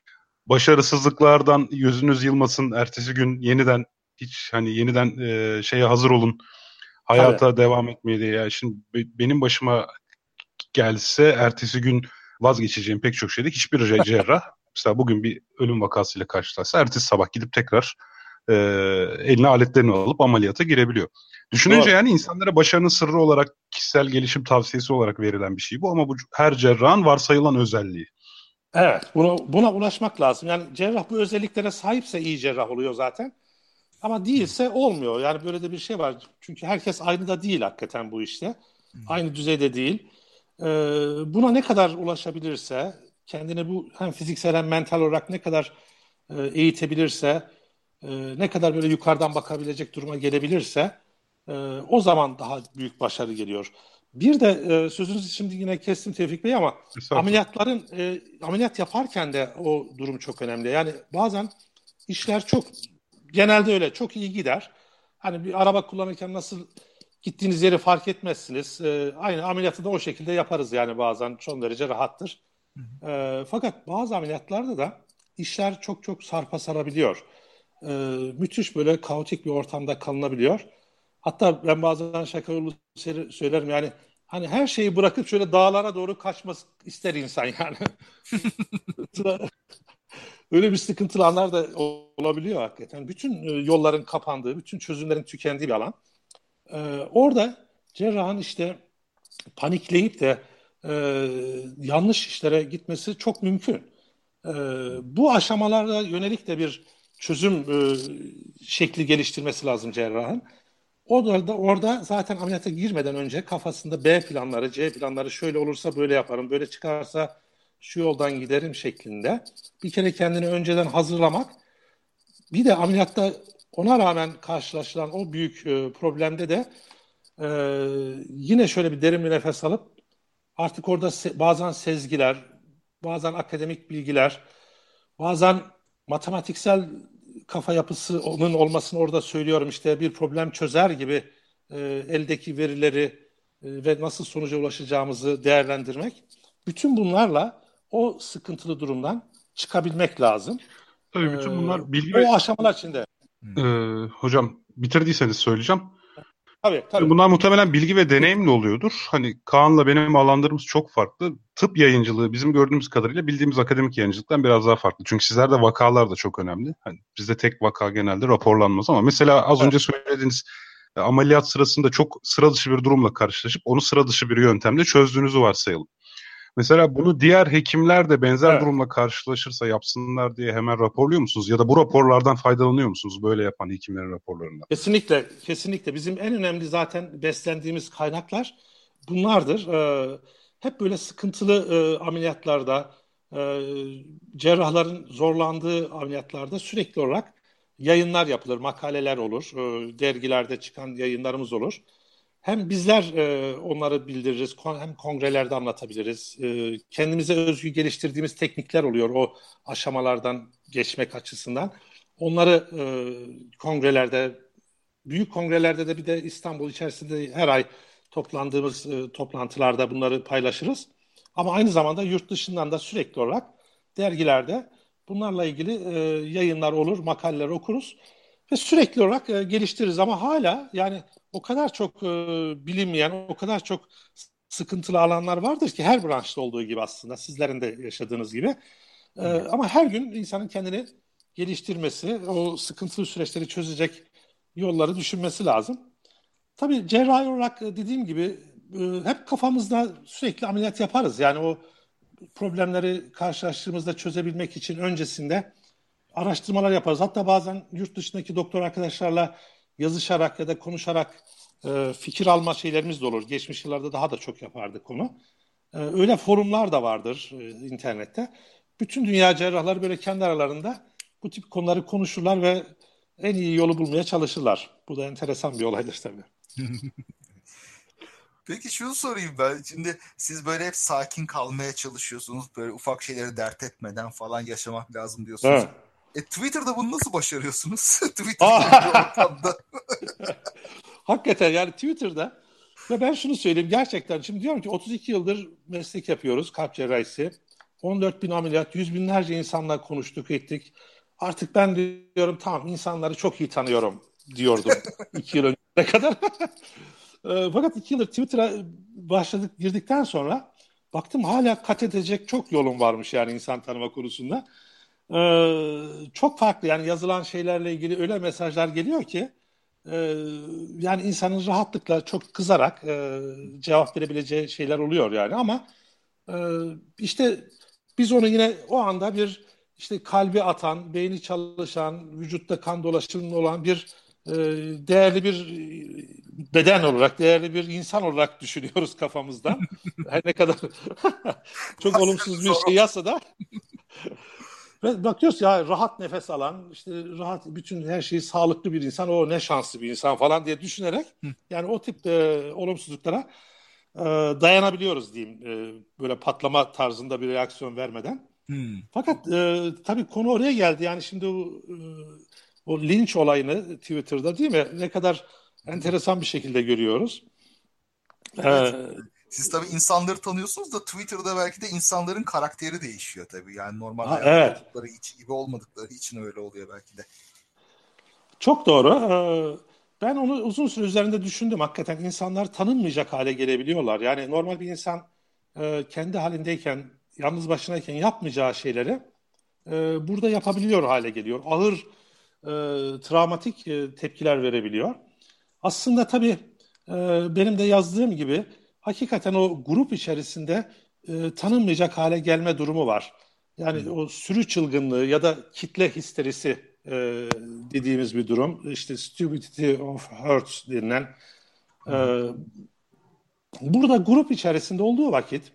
başarısızlıklardan gözünüz yılmasın, ertesi gün yeniden hiç hani yeniden e, şeye hazır olun, tabii. hayata devam etmeye diye. Yani şimdi be- benim başıma gelse ertesi gün vazgeçeceğim pek çok şeyde hiçbir ce- cerrah mesela bugün bir ölüm vakasıyla karşılaşsa ertesi sabah gidip tekrar e, eline aletlerini alıp ameliyata girebiliyor. Düşününce Doğru. yani insanlara başarının sırrı olarak kişisel gelişim tavsiyesi olarak verilen bir şey bu ama bu her cerrahın varsayılan özelliği. Evet, bunu, buna ulaşmak lazım. Yani cerrah bu özelliklere sahipse iyi cerrah oluyor zaten. Ama değilse olmuyor. Yani böyle de bir şey var. Çünkü herkes aynı da değil hakikaten bu işte. Aynı düzeyde değil. Ee, buna ne kadar ulaşabilirse, kendini bu hem fiziksel hem mental olarak ne kadar e, eğitebilirse, e, ne kadar böyle yukarıdan bakabilecek duruma gelebilirse, e, o zaman daha büyük başarı geliyor. Bir de e, sözünüzü şimdi yine kestim Tevfik Bey ama ameliyatların e, ameliyat yaparken de o durum çok önemli. Yani bazen işler çok genelde öyle çok iyi gider. Hani bir araba kullanırken nasıl gittiğiniz yeri fark etmezsiniz. E, aynı ameliyatı da o şekilde yaparız yani bazen son derece rahattır. E, fakat bazı ameliyatlarda da işler çok çok sarpa sarabiliyor. E, müthiş böyle kaotik bir ortamda kalınabiliyor. Hatta ben bazen şaka yolu söylerim yani hani her şeyi bırakıp şöyle dağlara doğru kaçmak ister insan yani. Öyle bir sıkıntılı anlar da olabiliyor hakikaten. Bütün yolların kapandığı, bütün çözümlerin tükendiği bir alan. Ee, orada cerrahın işte panikleyip de e, yanlış işlere gitmesi çok mümkün. E, bu aşamalara yönelik de bir çözüm e, şekli geliştirmesi lazım cerrahın. O da orada zaten ameliyata girmeden önce kafasında B planları, C planları şöyle olursa böyle yaparım, böyle çıkarsa şu yoldan giderim şeklinde. Bir kere kendini önceden hazırlamak. Bir de ameliyatta ona rağmen karşılaşılan o büyük e, problemde de e, yine şöyle bir derin bir nefes alıp artık orada se- bazen sezgiler, bazen akademik bilgiler, bazen matematiksel kafa yapısının olmasını orada söylüyorum işte bir problem çözer gibi e, eldeki verileri e, ve nasıl sonuca ulaşacağımızı değerlendirmek. Bütün bunlarla o sıkıntılı durumdan çıkabilmek lazım. E, Tabii bütün bunlar bilgi ve o aşamalar içinde. e, hocam bitirdiyseniz söyleyeceğim. Tabii tabii. Bunlar muhtemelen bilgi ve deneyimle oluyordur. Hani Kaan'la benim alanlarımız çok farklı. Tıp yayıncılığı bizim gördüğümüz kadarıyla bildiğimiz akademik yayıncılıktan biraz daha farklı. Çünkü sizlerde vakalar da çok önemli. Hani bizde tek vaka genelde raporlanmaz ama mesela az Evet. önce söylediğiniz e, ameliyat sırasında çok sıra dışı bir durumla karşılaşıp onu sıra dışı bir yöntemle çözdüğünüzü varsayalım. Mesela bunu diğer hekimler de benzer Evet. durumla karşılaşırsa yapsınlar diye hemen raporluyor musunuz? Ya da bu raporlardan faydalanıyor musunuz böyle yapan hekimlerin raporlarından? Kesinlikle, kesinlikle. Bizim en önemli zaten beslendiğimiz kaynaklar bunlardır. Ee, hep böyle sıkıntılı e, ameliyatlarda, e, cerrahların zorlandığı ameliyatlarda sürekli olarak yayınlar yapılır, makaleler olur, e, dergilerde çıkan yayınlarımız olur. Hem bizler e, onları bildiririz, kon- hem kongrelerde anlatabiliriz. E, kendimize özgü geliştirdiğimiz teknikler oluyor o aşamalardan geçmek açısından. Onları e, kongrelerde, büyük kongrelerde de bir de İstanbul içerisinde her ay toplandığımız e, toplantılarda bunları paylaşırız. Ama aynı zamanda yurt dışından da sürekli olarak dergilerde bunlarla ilgili e, yayınlar olur, makaleler okuruz ve sürekli olarak e, geliştiririz. Ama hala yani o kadar çok e, bilinmeyen, o kadar çok sıkıntılı alanlar vardır ki her branşta olduğu gibi aslında sizlerin de yaşadığınız gibi. E, ama her gün insanın kendini geliştirmesi, o sıkıntılı süreçleri çözecek yolları düşünmesi lazım. Tabii cerrahi olarak e, dediğim gibi e, hep kafamızda sürekli ameliyat yaparız. Yani o problemleri karşılaştığımızda çözebilmek için öncesinde araştırmalar yaparız. Hatta bazen yurt dışındaki doktor arkadaşlarla yazışarak ya da konuşarak e, fikir alma şeylerimiz de olur. Geçmiş yıllarda daha da çok yapardık onu. E, öyle forumlar da vardır e, internette. Bütün dünya cerrahları böyle kendi aralarında bu tip konuları konuşurlar ve en iyi yolu bulmaya çalışırlar. Bu da enteresan bir olaydır tabii. Peki şunu sorayım ben. Şimdi siz böyle hep sakin kalmaya çalışıyorsunuz. Böyle ufak şeyleri dert etmeden falan yaşamak lazım diyorsunuz. Evet. E, Twitter'da bunu nasıl başarıyorsunuz? Twitter gibi bir ortamda. Hakikaten yani Twitter'da ve ben şunu söyleyeyim gerçekten şimdi diyorum ki otuz iki yıldır meslek yapıyoruz kalp cerrahisi. on dört bin ameliyat, yüz binlerce insanla konuştuk ettik. Artık ben diyorum tamam insanları çok iyi tanıyorum diyordum iki yıl önce kadar. E, Fakat iki yıldır Twitter'a başladık girdikten sonra baktım hala kat edecek çok yolum varmış yani insan tanıma konusunda. E, çok farklı yani yazılan şeylerle ilgili öyle mesajlar geliyor ki e, yani insanın rahatlıkla çok kızarak e, cevap verebileceği şeyler oluyor yani ama e, işte biz onu yine o anda bir işte kalbi atan, beyni çalışan, vücutta kan dolaşımının olan bir e, değerli bir beden olarak, değerli bir insan olarak düşünüyoruz kafamızdan. Her ne kadar çok olumsuz bir şey yazsa da ve bakıyoruz ya rahat nefes alan, işte rahat bütün her şeyi sağlıklı bir insan, o ne şanslı bir insan falan diye düşünerek yani o tip e, olumsuzluklara e, dayanabiliyoruz diyeyim. E, böyle patlama tarzında bir reaksiyon vermeden. Hmm. Fakat e, tabii konu oraya geldi. Yani şimdi o, e, o linç olayını Twitter'da değil mi? Ne kadar enteresan bir şekilde görüyoruz. Evet. E, Siz tabii insanları tanıyorsunuz da Twitter'da belki de insanların karakteri değişiyor tabii. Yani normal ha, hayatta evet. oldukları için, gibi olmadıkları için öyle oluyor belki de. Çok doğru. Ee, Ben onu uzun süre üzerinde düşündüm. Hakikaten insanlar tanınmayacak hale gelebiliyorlar. Yani normal bir insan e, kendi halindeyken, yalnız başınayken yapmayacağı şeyleri e, burada yapabiliyor hale geliyor. Ağır, e, travmatik e, tepkiler verebiliyor. Aslında tabii e, benim de yazdığım gibi hakikaten o grup içerisinde e, tanınmayacak hale gelme durumu var. Yani Hmm. o sürü çılgınlığı ya da kitle histerisi e, dediğimiz bir durum. İşte stupidity of herds denilen. Hı E, hı. Burada grup içerisinde olduğu vakit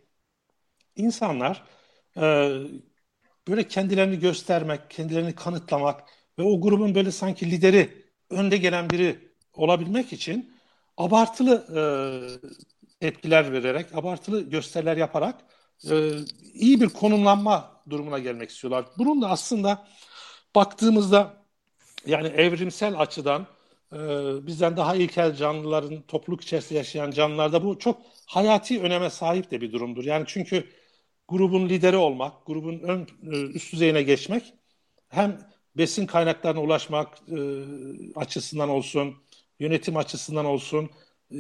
insanlar e, böyle kendilerini göstermek, kendilerini kanıtlamak ve o grubun böyle sanki lideri, önde gelen biri olabilmek için abartılı e, tepkiler vererek, abartılı gösteriler yaparak e, iyi bir konumlanma durumuna gelmek istiyorlar. Bunun da aslında baktığımızda yani evrimsel açıdan e, bizden daha ilkel canlıların topluluk içerisinde yaşayan canlılarda bu çok hayati öneme sahip de bir durumdur. Yani çünkü grubun lideri olmak, grubun ön e, üst düzeyine geçmek hem besin kaynaklarına ulaşmak e, açısından olsun, yönetim açısından olsun, e,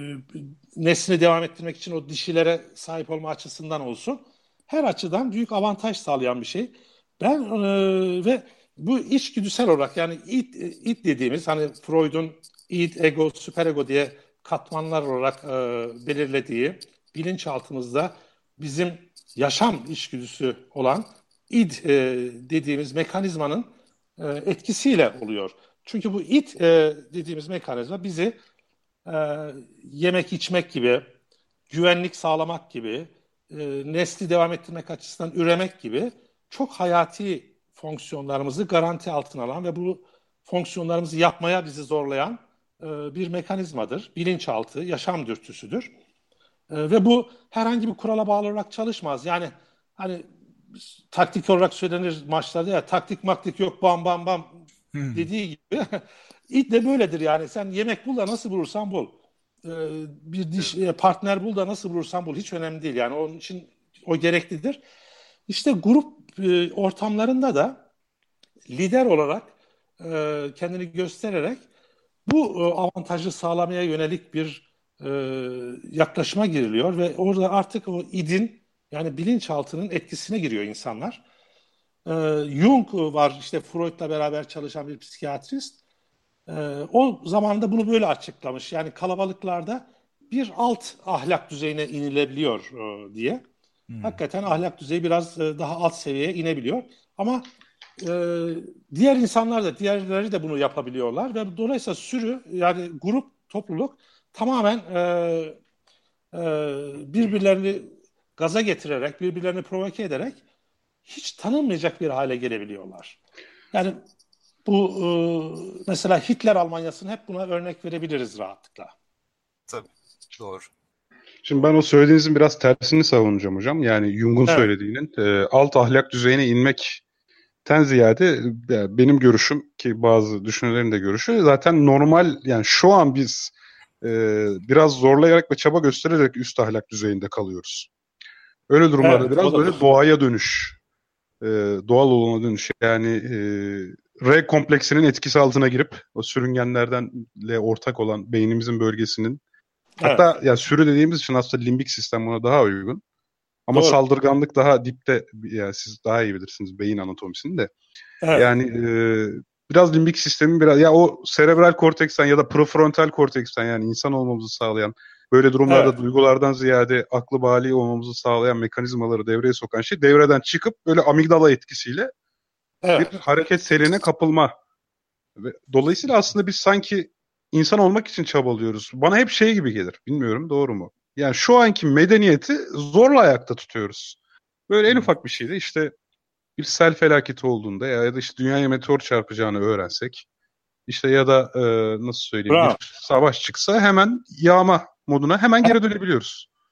neslini devam ettirmek için o dişilere sahip olma açısından olsun, her açıdan büyük avantaj sağlayan bir şey. Ben e, ve bu içgüdüsel olarak yani id, id dediğimiz hani Freud'un id, ego, süperego diye katmanlar olarak e, belirlediği bilinçaltımızda bizim yaşam içgüdüsü olan id e, dediğimiz mekanizmanın e, etkisiyle oluyor. Çünkü bu id e, dediğimiz mekanizma bizi e, yemek içmek gibi, güvenlik sağlamak gibi, e, nesli devam ettirmek açısından üremek gibi çok hayati fonksiyonlarımızı garanti altına alan ve bu fonksiyonlarımızı yapmaya bizi zorlayan e, bir mekanizmadır. Bilinçaltı, yaşam dürtüsüdür. E, ve bu herhangi bir kurala bağlı olarak çalışmaz. Yani hani taktik olarak söylenir maçlarda ya taktik maktik yok bam bam bam Hmm. dediği gibi it de böyledir yani sen yemek bul da nasıl bulursan bul. E, bir diş Evet. e, partner bul da nasıl bulursan bul hiç önemli değil yani onun için o gereklidir. İşte grup e, ortamlarında da lider olarak e, kendini göstererek bu e, avantajı sağlamaya yönelik bir e, yaklaşıma giriliyor ve orada artık o idin yani bilinçaltının etkisine giriyor insanlar. E, Jung var işte Freud'la beraber çalışan bir psikiyatrist. E, O zamanında bunu böyle açıklamış. Yani kalabalıklarda bir alt ahlak düzeyine inilebiliyor e, diye. Hmm. Hakikaten ahlak düzeyi biraz e, daha alt seviyeye inebiliyor. Ama e, diğer insanlar da diğerleri de bunu yapabiliyorlar ve dolayısıyla sürü yani grup topluluk tamamen e, e, birbirlerini gaza getirerek birbirlerini provoke ederek hiç tanınmayacak bir hale gelebiliyorlar. Yani bu e, mesela Hitler Almanyası'nı hep buna örnek verebiliriz rahatlıkla. Tabii. Doğru. Şimdi ben o söylediğinizin biraz tersini savunacağım hocam. Yani Jung'un Evet, söylediğinin e, alt ahlak düzeyine inmekten ziyade e, benim görüşüm ki bazı düşünürlerin de görüşü zaten normal yani şu an biz e, biraz zorlayarak ve çaba göstererek üst ahlak düzeyinde kalıyoruz. Öyle durumlarda evet biraz böyle olabilir. doğaya dönüş, e, doğal olana dönüş yani e, R kompleksinin etkisi altına girip o sürüngenlerdenle ortak olan beynimizin bölgesinin Evet, hatta ya sürü dediğimiz için aslında limbik sistem buna daha uygun. Ama doğru. saldırganlık daha dipte. Yani siz daha iyi bilirsiniz beyin anatomisini de. Evet, Yani e, biraz limbik sistemin biraz ya o serebral korteksten ya da prefrontal korteksten yani insan olmamızı sağlayan böyle durumlarda evet, duygulardan ziyade aklı bali olmamızı sağlayan mekanizmaları devreye sokan şey devreden çıkıp böyle amigdala etkisiyle bir evet, hareket seline kapılma. Ve dolayısıyla aslında biz sanki insan olmak için çabalıyoruz. Bana hep şey gibi gelir. Bilmiyorum doğru mu? Yani şu anki medeniyeti zorla ayakta tutuyoruz. Böyle en Hmm. ufak bir şeyde işte bir sel felaketi olduğunda ya da işte dünyaya meteor çarpacağını öğrensek işte ya da e, nasıl söyleyeyim bir bravo. savaş çıksa hemen yağma moduna hemen geri dönebiliyoruz.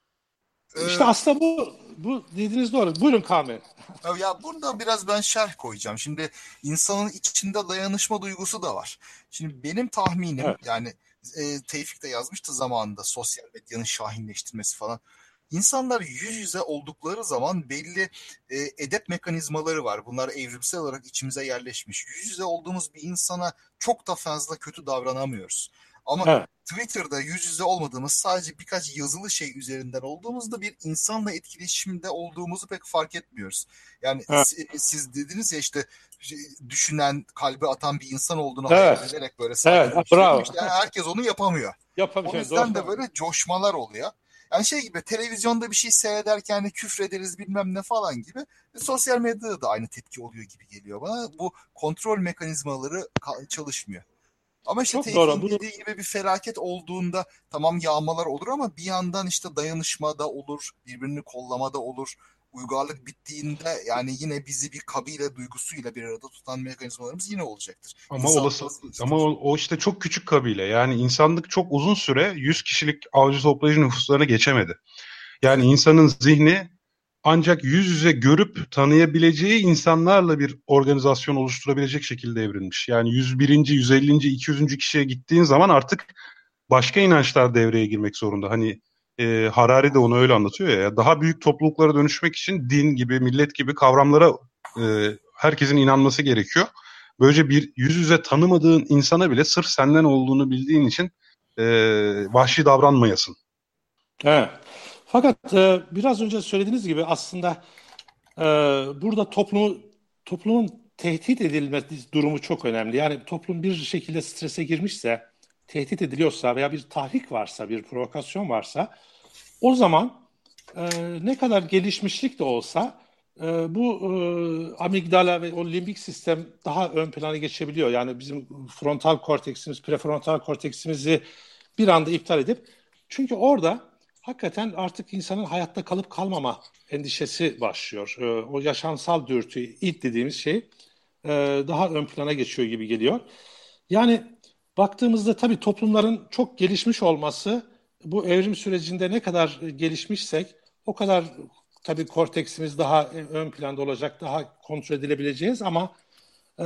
İşte aslında bu bu dediğiniz doğru. Buyurun Kamil. Ya burada biraz ben şerh koyacağım. Şimdi insanın içinde dayanışma duygusu da var. Şimdi benim tahminim Evet. yani e, Tevfik de yazmıştı zamanında sosyal medyanın şahinleştirmesi falan. İnsanlar yüz yüze oldukları zaman belli e, edep mekanizmaları var. Bunlar evrimsel olarak içimize yerleşmiş. Yüz yüze olduğumuz bir insana çok da fazla kötü davranamıyoruz. Ama Evet. Twitter'da yüz yüze olmadığımız, sadece birkaç yazılı şey üzerinden olduğumuzda bir insanla etkileşimde olduğumuzu pek fark etmiyoruz. Yani Evet. siz dediniz ya işte düşünen, kalbi atan bir insan olduğunu Evet. hayal ederek böyle saygı Evet, gösteriyor. bravo. İşte herkes onu yapamıyor. O Yapamıyor. yüzden Doğru. de böyle coşmalar oluyor. Yani şey gibi, televizyonda bir şey seyrederken hani küfrederiz bilmem ne falan gibi. Sosyal medyada da aynı tepki oluyor gibi geliyor bana. Bu kontrol mekanizmaları çalışmıyor. Ama işte Çok doğru. Tevfik'in Bunu dediği gibi bir felaket olduğunda tamam yağmalar olur ama bir yandan işte dayanışma da olur, birbirini kollama da olur. Uygarlık bittiğinde yani yine bizi bir kabile duygusuyla bir arada tutan mekanizmalarımız yine olacaktır. Ama olası İnsanlığımız ama güçlüdür. o, o işte çok küçük kabile. Yani insanlık çok uzun süre yüz kişilik avcı toplayıcı nüfuslarına geçemedi. Yani Evet. insanın zihni ancak yüz yüze görüp tanıyabileceği insanlarla bir organizasyon oluşturabilecek şekilde evrilmiş. Yani yüz birinci. yüz ellinci. iki yüzüncü kişiye gittiğin zaman artık başka inançlar devreye girmek zorunda. Hani e, Harari de onu öyle anlatıyor ya. Daha büyük topluluklara dönüşmek için din gibi, millet gibi kavramlara e, herkesin inanması gerekiyor. Böylece bir yüz yüze tanımadığın insana bile sırf senden olduğunu bildiğin için e, vahşi davranmayasın. evet. Fakat e, biraz önce söylediğiniz gibi aslında e, burada toplumu toplumun tehdit edilme durumu çok önemli. Yani toplum bir şekilde strese girmişse, tehdit ediliyorsa veya bir tahrik varsa, bir provokasyon varsa, o zaman e, ne kadar gelişmişlik de olsa e, bu e, amigdala ve o limbik sistem daha ön plana geçebiliyor. Yani bizim frontal korteksimiz, prefrontal korteksimizi bir anda iptal edip, çünkü orada hakikaten artık insanın hayatta kalıp kalmama endişesi başlıyor. E, o yaşamsal dürtü, id dediğimiz şey e, daha ön plana geçiyor gibi geliyor. Yani baktığımızda tabii toplumların çok gelişmiş olması, bu evrim sürecinde ne kadar gelişmişsek o kadar tabii korteksimiz daha ön planda olacak, daha kontrol edilebileceğiz ama e,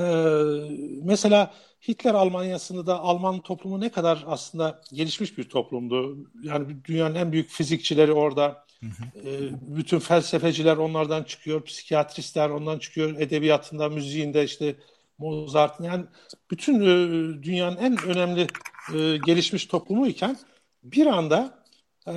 mesela Hitler Almanyası'nda da Alman toplumu ne kadar aslında gelişmiş bir toplumdu. Yani dünyanın en büyük fizikçileri orada, Hı hı. e, bütün felsefeciler onlardan çıkıyor, psikiyatristler ondan çıkıyor, edebiyatında, müziğinde işte Mozart'ın, yani bütün e, dünyanın en önemli e, gelişmiş toplumuyken bir anda e,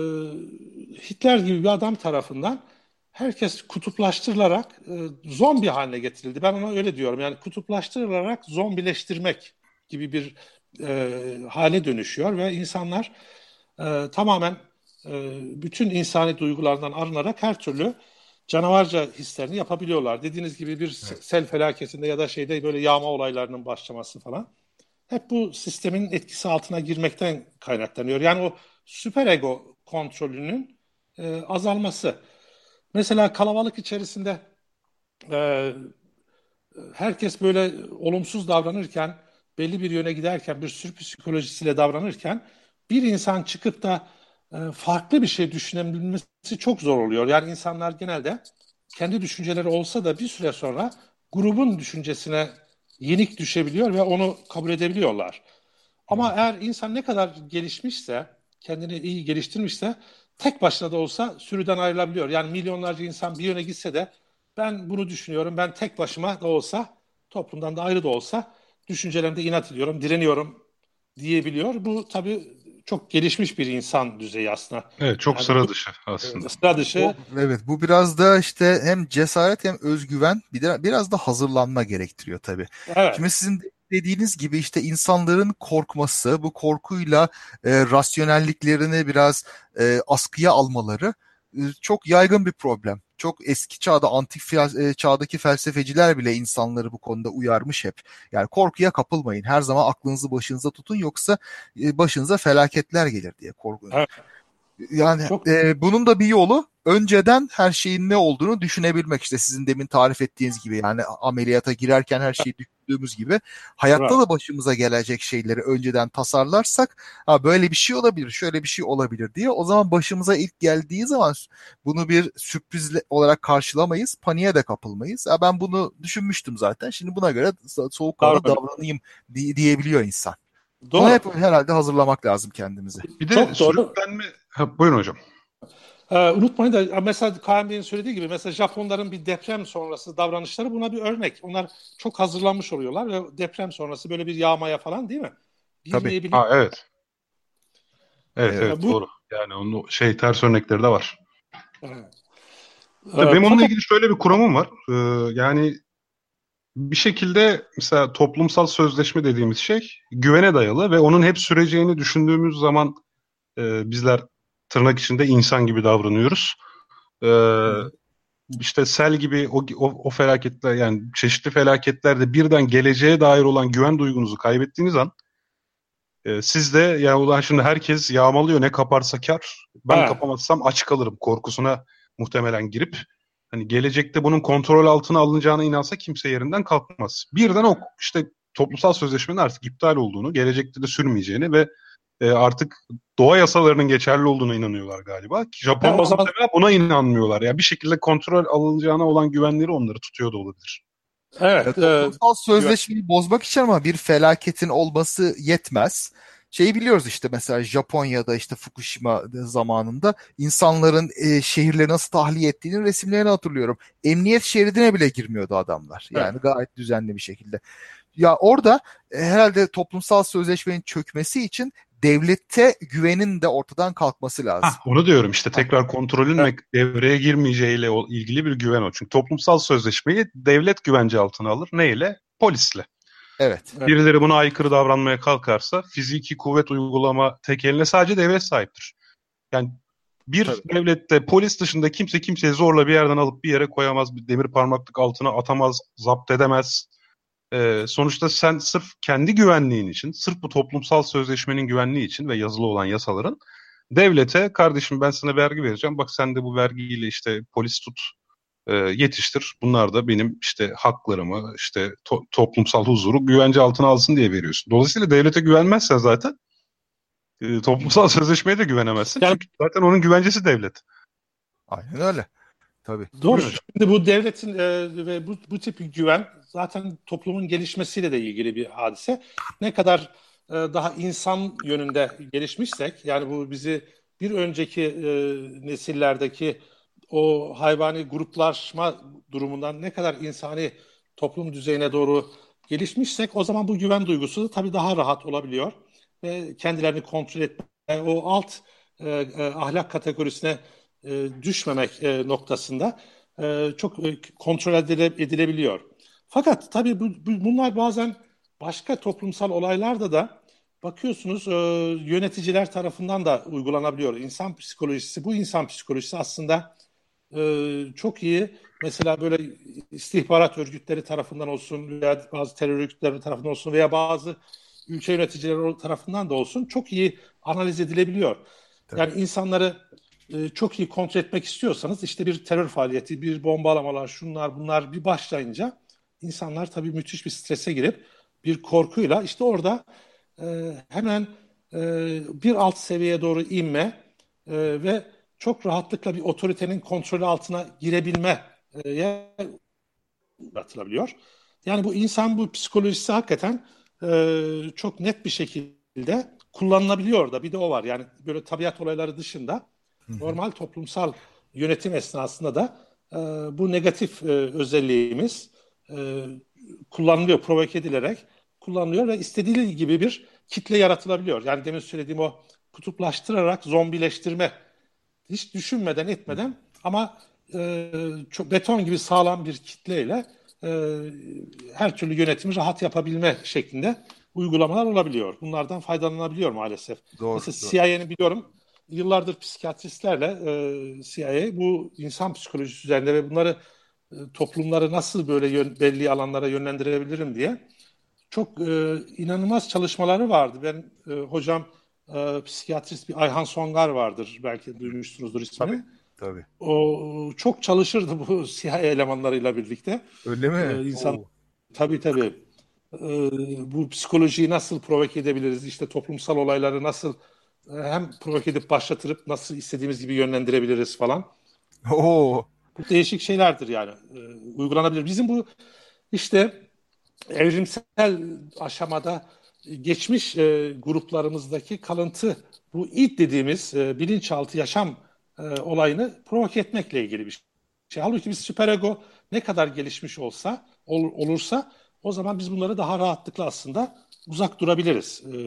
Hitler gibi bir adam tarafından herkes kutuplaştırılarak e, zombi haline getirildi. Ben ona öyle diyorum. Yani kutuplaştırılarak zombileştirmek gibi bir e, hale dönüşüyor ve insanlar e, tamamen e, bütün insani duygulardan arınarak her türlü canavarca hislerini yapabiliyorlar. Dediğiniz gibi bir Evet. sel felaketinde ya da şeyde böyle yağma olaylarının başlaması falan hep bu sistemin etkisi altına girmekten kaynaklanıyor. Yani o süperego kontrolünün e, azalması. Mesela kalabalık içerisinde e, herkes böyle olumsuz davranırken, belli bir yöne giderken, bir sürü psikolojisiyle davranırken bir insan çıkıp da e, farklı bir şey düşünebilmesi çok zor oluyor. Yani insanlar genelde kendi düşünceleri olsa da bir süre sonra grubun düşüncesine yenik düşebiliyor ve onu kabul edebiliyorlar. Ama eğer insan ne kadar gelişmişse, kendini iyi geliştirmişse tek başına da olsa sürüden ayrılabiliyor. Yani milyonlarca insan bir yöne gitse de ben bunu düşünüyorum, ben tek başıma da olsa, toplumdan da ayrı da olsa düşüncelerimde inat ediyorum, direniyorum diyebiliyor. Bu tabii çok gelişmiş bir insan düzeyi aslında. Evet, çok Yani sıra dışı aslında. sıra dışı. O, evet, bu biraz da işte hem cesaret hem özgüven, bir de biraz da hazırlanma gerektiriyor tabii. Şimdi Evet. sizin de dediğiniz gibi işte insanların korkması, bu korkuyla e, rasyonelliklerini biraz e, askıya almaları e, çok yaygın bir problem. Çok eski çağda, antik fel- e, çağdaki felsefeciler bile insanları bu konuda uyarmış hep. Yani korkuya kapılmayın. Her zaman aklınızı başınıza tutun, yoksa e, başınıza felaketler gelir diye korku. Evet. Yani Çok e, bunun da bir yolu önceden her şeyin ne olduğunu düşünebilmek, işte sizin demin tarif ettiğiniz gibi, yani ameliyata girerken her şeyi düşündüğümüz gibi hayatta Right. da başımıza gelecek şeyleri önceden tasarlarsak, ha böyle bir şey olabilir, şöyle bir şey olabilir diye, o zaman başımıza ilk geldiği zaman bunu bir sürpriz olarak karşılamayız, paniğe de kapılmayız. Ha ben bunu düşünmüştüm zaten, şimdi buna göre soğukkanlı Davranıyor. davranayım di- diyebiliyor insan. Buna Doğru. hep herhalde hazırlamak lazım kendimizi. Bir de Çok doğru. sürüklenme... Ha, buyurun hocam. Ee, unutmayın da mesela Kaan Bey'in söylediği gibi mesela Japonların bir deprem sonrası davranışları buna bir örnek. Onlar çok hazırlanmış oluyorlar ve deprem sonrası böyle bir yağmaya falan, değil mi? Tabii. Girmeyebiliyor. Ha, evet. Evet, Evet. evet, Ee, bu doğru. Yani onun şey ters örnekleri de var. Evet. Tabii Ee, benim onunla fakat ilgili şöyle bir kuramım var. Ee, yani bir şekilde mesela toplumsal sözleşme dediğimiz şey güvene dayalı ve onun hep süreceğini düşündüğümüz zaman e, bizler tırnak içinde insan gibi davranıyoruz. Ee, Hı hı. işte sel gibi o, o, o felaketler, yani çeşitli felaketlerde birden geleceğe dair olan güven duygunuzu kaybettiğiniz an e, siz de ya ulan şimdi herkes yağmalıyor ne kaparsa kar, ben ha, kapamazsam aç kalırım korkusuna muhtemelen girip hani gelecekte bunun kontrol altına alınacağına inansa kimse yerinden kalkmaz. Birden o işte toplumsal sözleşmenin artık iptal olduğunu, gelecekte de sürmeyeceğini ve e, artık doğa yasalarının geçerli olduğuna inanıyorlar galiba. Ki ha, o Japonlar zaman muhtemelen buna inanmıyorlar. Ya bir şekilde kontrol alınacağına olan güvenleri onları tutuyor da olabilir. Ya, evet, e, toplumsal güven. sözleşmeyi bozmak için ama bir felaketin olması yetmez. Şeyi biliyoruz işte, mesela Japonya'da işte Fukushima zamanında insanların e, şehirleri nasıl tahliye ettiğinin resimlerini hatırlıyorum. Emniyet şeridine bile girmiyordu adamlar. Evet. Yani gayet düzenli bir şekilde. Ya orada e, herhalde toplumsal sözleşmenin çökmesi için devlete güvenin de ortadan kalkması Hah, lazım. onu diyorum işte, tekrar kontrolün Evet. me- devreye girmeyeceğiyle o- ilgili bir güven o. Çünkü toplumsal sözleşmeyi devlet güvence altına alır. Neyle? Polisle. Evet. Evet. Birileri buna aykırı davranmaya kalkarsa fiziki kuvvet uygulama tekeline sadece devlet sahiptir. Yani bir Tabii. devlette polis dışında kimse kimseyi zorla bir yerden alıp bir yere koyamaz, bir demir parmaklık altına atamaz, zapt edemez. Ee, sonuçta sen sırf kendi güvenliğin için, sırf bu toplumsal sözleşmenin güvenliği için ve yazılı olan yasaların devlete kardeşim ben sana vergi vereceğim. Bak sen de bu vergiyle işte polis tut, e, yetiştir. Bunlar da benim işte haklarımı, işte to- toplumsal huzuru güvence altına alsın diye veriyorsun. Dolayısıyla devlete güvenmezsen zaten e, toplumsal sözleşmeye de güvenemezsin. Yani Çünkü zaten onun güvencesi devlet. Aynen öyle. Tabii. doğru. Buyurun hocam. Şimdi bu devletin e, ve bu, bu tip bir güven zaten toplumun gelişmesiyle de ilgili bir hadise. Ne kadar e, daha insan yönünde gelişmişsek, yani bu bizi bir önceki e, nesillerdeki o hayvani gruplaşma durumundan ne kadar insani toplum düzeyine doğru gelişmişsek, o zaman bu güven duygusu da tabii daha rahat olabiliyor. Ve kendilerini kontrol etme, o alt e, e, ahlak kategorisine e, düşmemek e, noktasında e, çok e, kontrol edile- edilebiliyor. Fakat tabii bu, bu- bunlar bazen başka toplumsal olaylarda da bakıyorsunuz e, yöneticiler tarafından da uygulanabiliyor. İnsan psikolojisi, bu insan psikolojisi aslında e, çok iyi. Mesela böyle istihbarat örgütleri tarafından olsun veya bazı terör örgütleri tarafından olsun veya bazı ülke yöneticileri tarafından da olsun çok iyi analiz edilebiliyor. Tabii. Yani insanları e, çok iyi kontrol etmek istiyorsanız işte bir terör faaliyeti, bir bombalamalar, şunlar bunlar bir başlayınca insanlar tabii müthiş bir strese girip bir korkuyla işte orada e, hemen e, bir alt seviyeye doğru inme e, ve çok rahatlıkla bir otoritenin kontrolü altına girebilme e, yaratılabiliyor. Yani bu insan bu psikolojisi hakikaten e, çok net bir şekilde kullanılabiliyor da bir de o var. Yani böyle tabiat olayları dışında Hı hı. normal toplumsal yönetim esnasında da e, bu negatif e, özelliğimiz e, kullanılıyor, provoke edilerek kullanılıyor ve istediği gibi bir kitle yaratılabiliyor. Yani demin söylediğim o kutuplaştırarak zombileştirme, hiç düşünmeden Hı hı. etmeden ama e, çok beton gibi sağlam bir kitleyle e, her türlü yönetimi rahat yapabilme şeklinde uygulamalar olabiliyor. Bunlardan faydalanabiliyor maalesef. Doğru, Mesela doğru. C I A'nın biliyorum yıllardır psikiyatristlerle e, C I A bu insan psikolojisi üzerinde ve bunları e, toplumları nasıl böyle yön, belli alanlara yönlendirebilirim diye çok e, inanılmaz çalışmaları vardı. Ben e, hocam e, psikiyatrist bir Ayhan Songar vardır. Belki duymuşsunuzdur Tabii. ismini. Tabii. O çok çalışırdı bu C I A elemanlarıyla birlikte. Öyle mi? Ee, insan Oo. tabii tabii. Ee, bu psikolojiyi nasıl provoke edebiliriz? İşte toplumsal olayları nasıl e, hem provoke edip başlatırıp nasıl istediğimiz gibi yönlendirebiliriz falan. Oo. Bu değişik şeylerdir yani. Ee, uygulanabilir. Bizim bu işte evrimsel aşamada geçmiş e, gruplarımızdaki kalıntı bu id dediğimiz e, bilinçaltı yaşam e, olayını provoke etmekle ilgili bir şey. Halbuki biz süperego ne kadar gelişmiş olsa ol, olursa o zaman biz bunları daha rahatlıkla aslında uzak durabiliriz. E,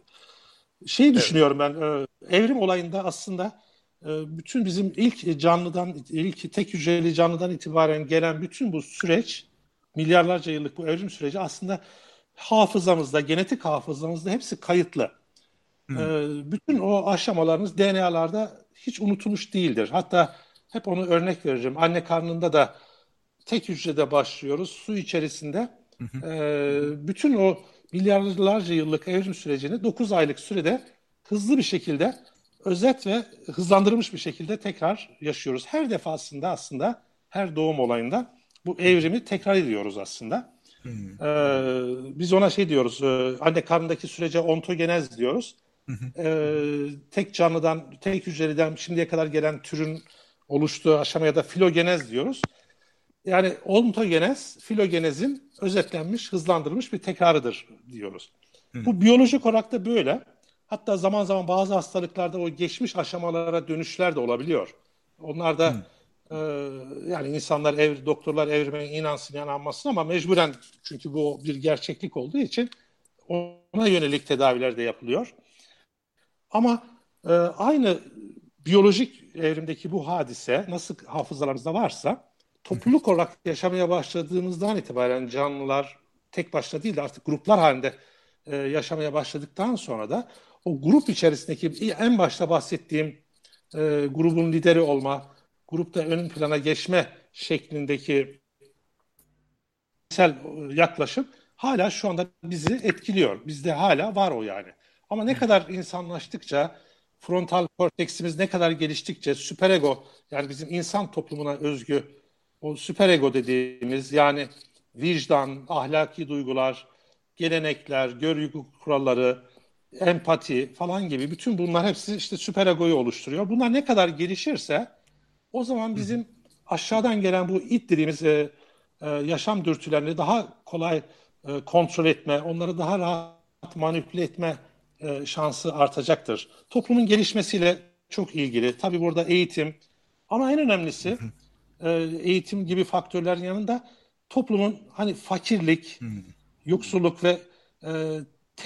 şeyi Evet. düşünüyorum ben e, evrim olayında aslında e, bütün bizim ilk canlıdan ilk tek hücreli canlıdan itibaren gelen bütün bu süreç milyarlarca yıllık bu evrim süreci aslında hafızamızda, genetik hafızamızda hepsi kayıtlı. E, Hmm. bütün o aşamalarımız D N A'larda hiç unutulmuş değildir. Hatta hep onu örnek veririm. Anne karnında da tek hücrede başlıyoruz. Su içerisinde Hı hı. e, bütün o milyarlarca yıllık evrim sürecini dokuz aylık sürede hızlı bir şekilde özet ve hızlandırılmış bir şekilde tekrar yaşıyoruz. Her defasında aslında her doğum olayında bu evrimi tekrar ediyoruz aslında. Hmm. E, biz ona şey diyoruz, e, anne karnındaki sürece ontogenez diyoruz. Hı hı. E, tek canlıdan, tek hücreden şimdiye kadar gelen türün oluştuğu aşamaya da filogenez diyoruz. Yani ontogenez, filogenezin özetlenmiş, hızlandırılmış bir tekrarıdır diyoruz. Hmm. Bu biyolojik olarak da böyle. Hatta zaman zaman bazı hastalıklarda o geçmiş aşamalara dönüşler de olabiliyor. Onlar Hmm. da e, yani insanlar, ev, doktorlar evrime inansın inanmasın ama mecburen çünkü bu bir gerçeklik olduğu için ona yönelik tedaviler de yapılıyor. Ama e, aynı biyolojik evrimdeki bu hadise nasıl hafızalarımızda varsa topluluk olarak yaşamaya başladığımızdan itibaren canlılar tek başına değil de artık gruplar halinde e, yaşamaya başladıktan sonra da o grup içerisindeki en başta bahsettiğim e, grubun lideri olma, grupta ön plana geçme şeklindeki yaklaşım hala şu anda bizi etkiliyor. Bizde hala var o yani. Ama ne kadar insanlaştıkça, frontal korteksimiz ne kadar geliştikçe, süperego yani bizim insan toplumuna özgü o süperego dediğimiz yani vicdan, ahlaki duygular, gelenekler, görgü kuralları, empati falan gibi bütün bunlar hepsi işte süperegoyu oluşturuyor. Bunlar ne kadar gelişirse o zaman Hı hı. bizim aşağıdan gelen bu it dediğimiz e, e, yaşam dürtülerini daha kolay e, kontrol etme, onları daha rahat manipüle etme e, şansı artacaktır. Toplumun gelişmesiyle çok ilgili. Tabii burada eğitim ama en Hı önemlisi hı. e, eğitim gibi faktörlerin yanında toplumun hani fakirlik, Hmm. yoksulluk ve e,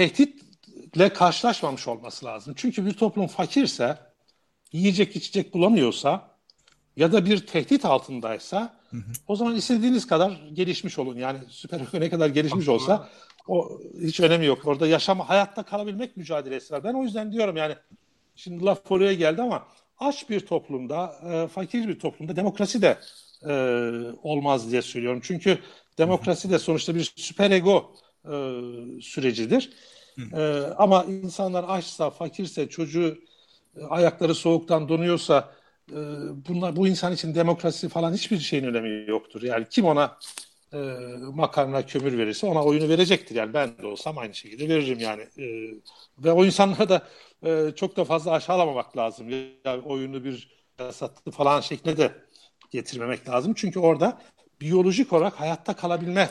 tehditle karşılaşmamış olması lazım. Çünkü bir toplum fakirse, yiyecek içecek bulamıyorsa ya da bir tehdit altındaysa Hı hı. o zaman istediğiniz kadar gelişmiş olun. Yani süper ne kadar gelişmiş olsa Aslında o hiç önemi yok. Orada yaşama, hayatta kalabilmek mücadelesi var. Ben o yüzden diyorum yani şimdi laf oraya geldi ama aç bir toplumda, e, fakir bir toplumda demokrasi de e, olmaz diye söylüyorum. Çünkü Hı hı. demokrasi de sonuçta bir süperego e, sürecidir. Hı. E, ama insanlar açsa, fakirse, çocuğu e, ayakları soğuktan donuyorsa e, bunlar bu insan için demokrasi falan hiçbir şeyin önemi yoktur. Yani kim ona e, makarna kömür verirse ona oyunu verecektir. Yani ben de olsam aynı şekilde veririm yani. E, ve o insanlara da e, çok da fazla aşağılamamak lazım. Yani oyunu bir satı falan şeklinde de getirmemek lazım. Çünkü orada biyolojik olarak hayatta kalabilme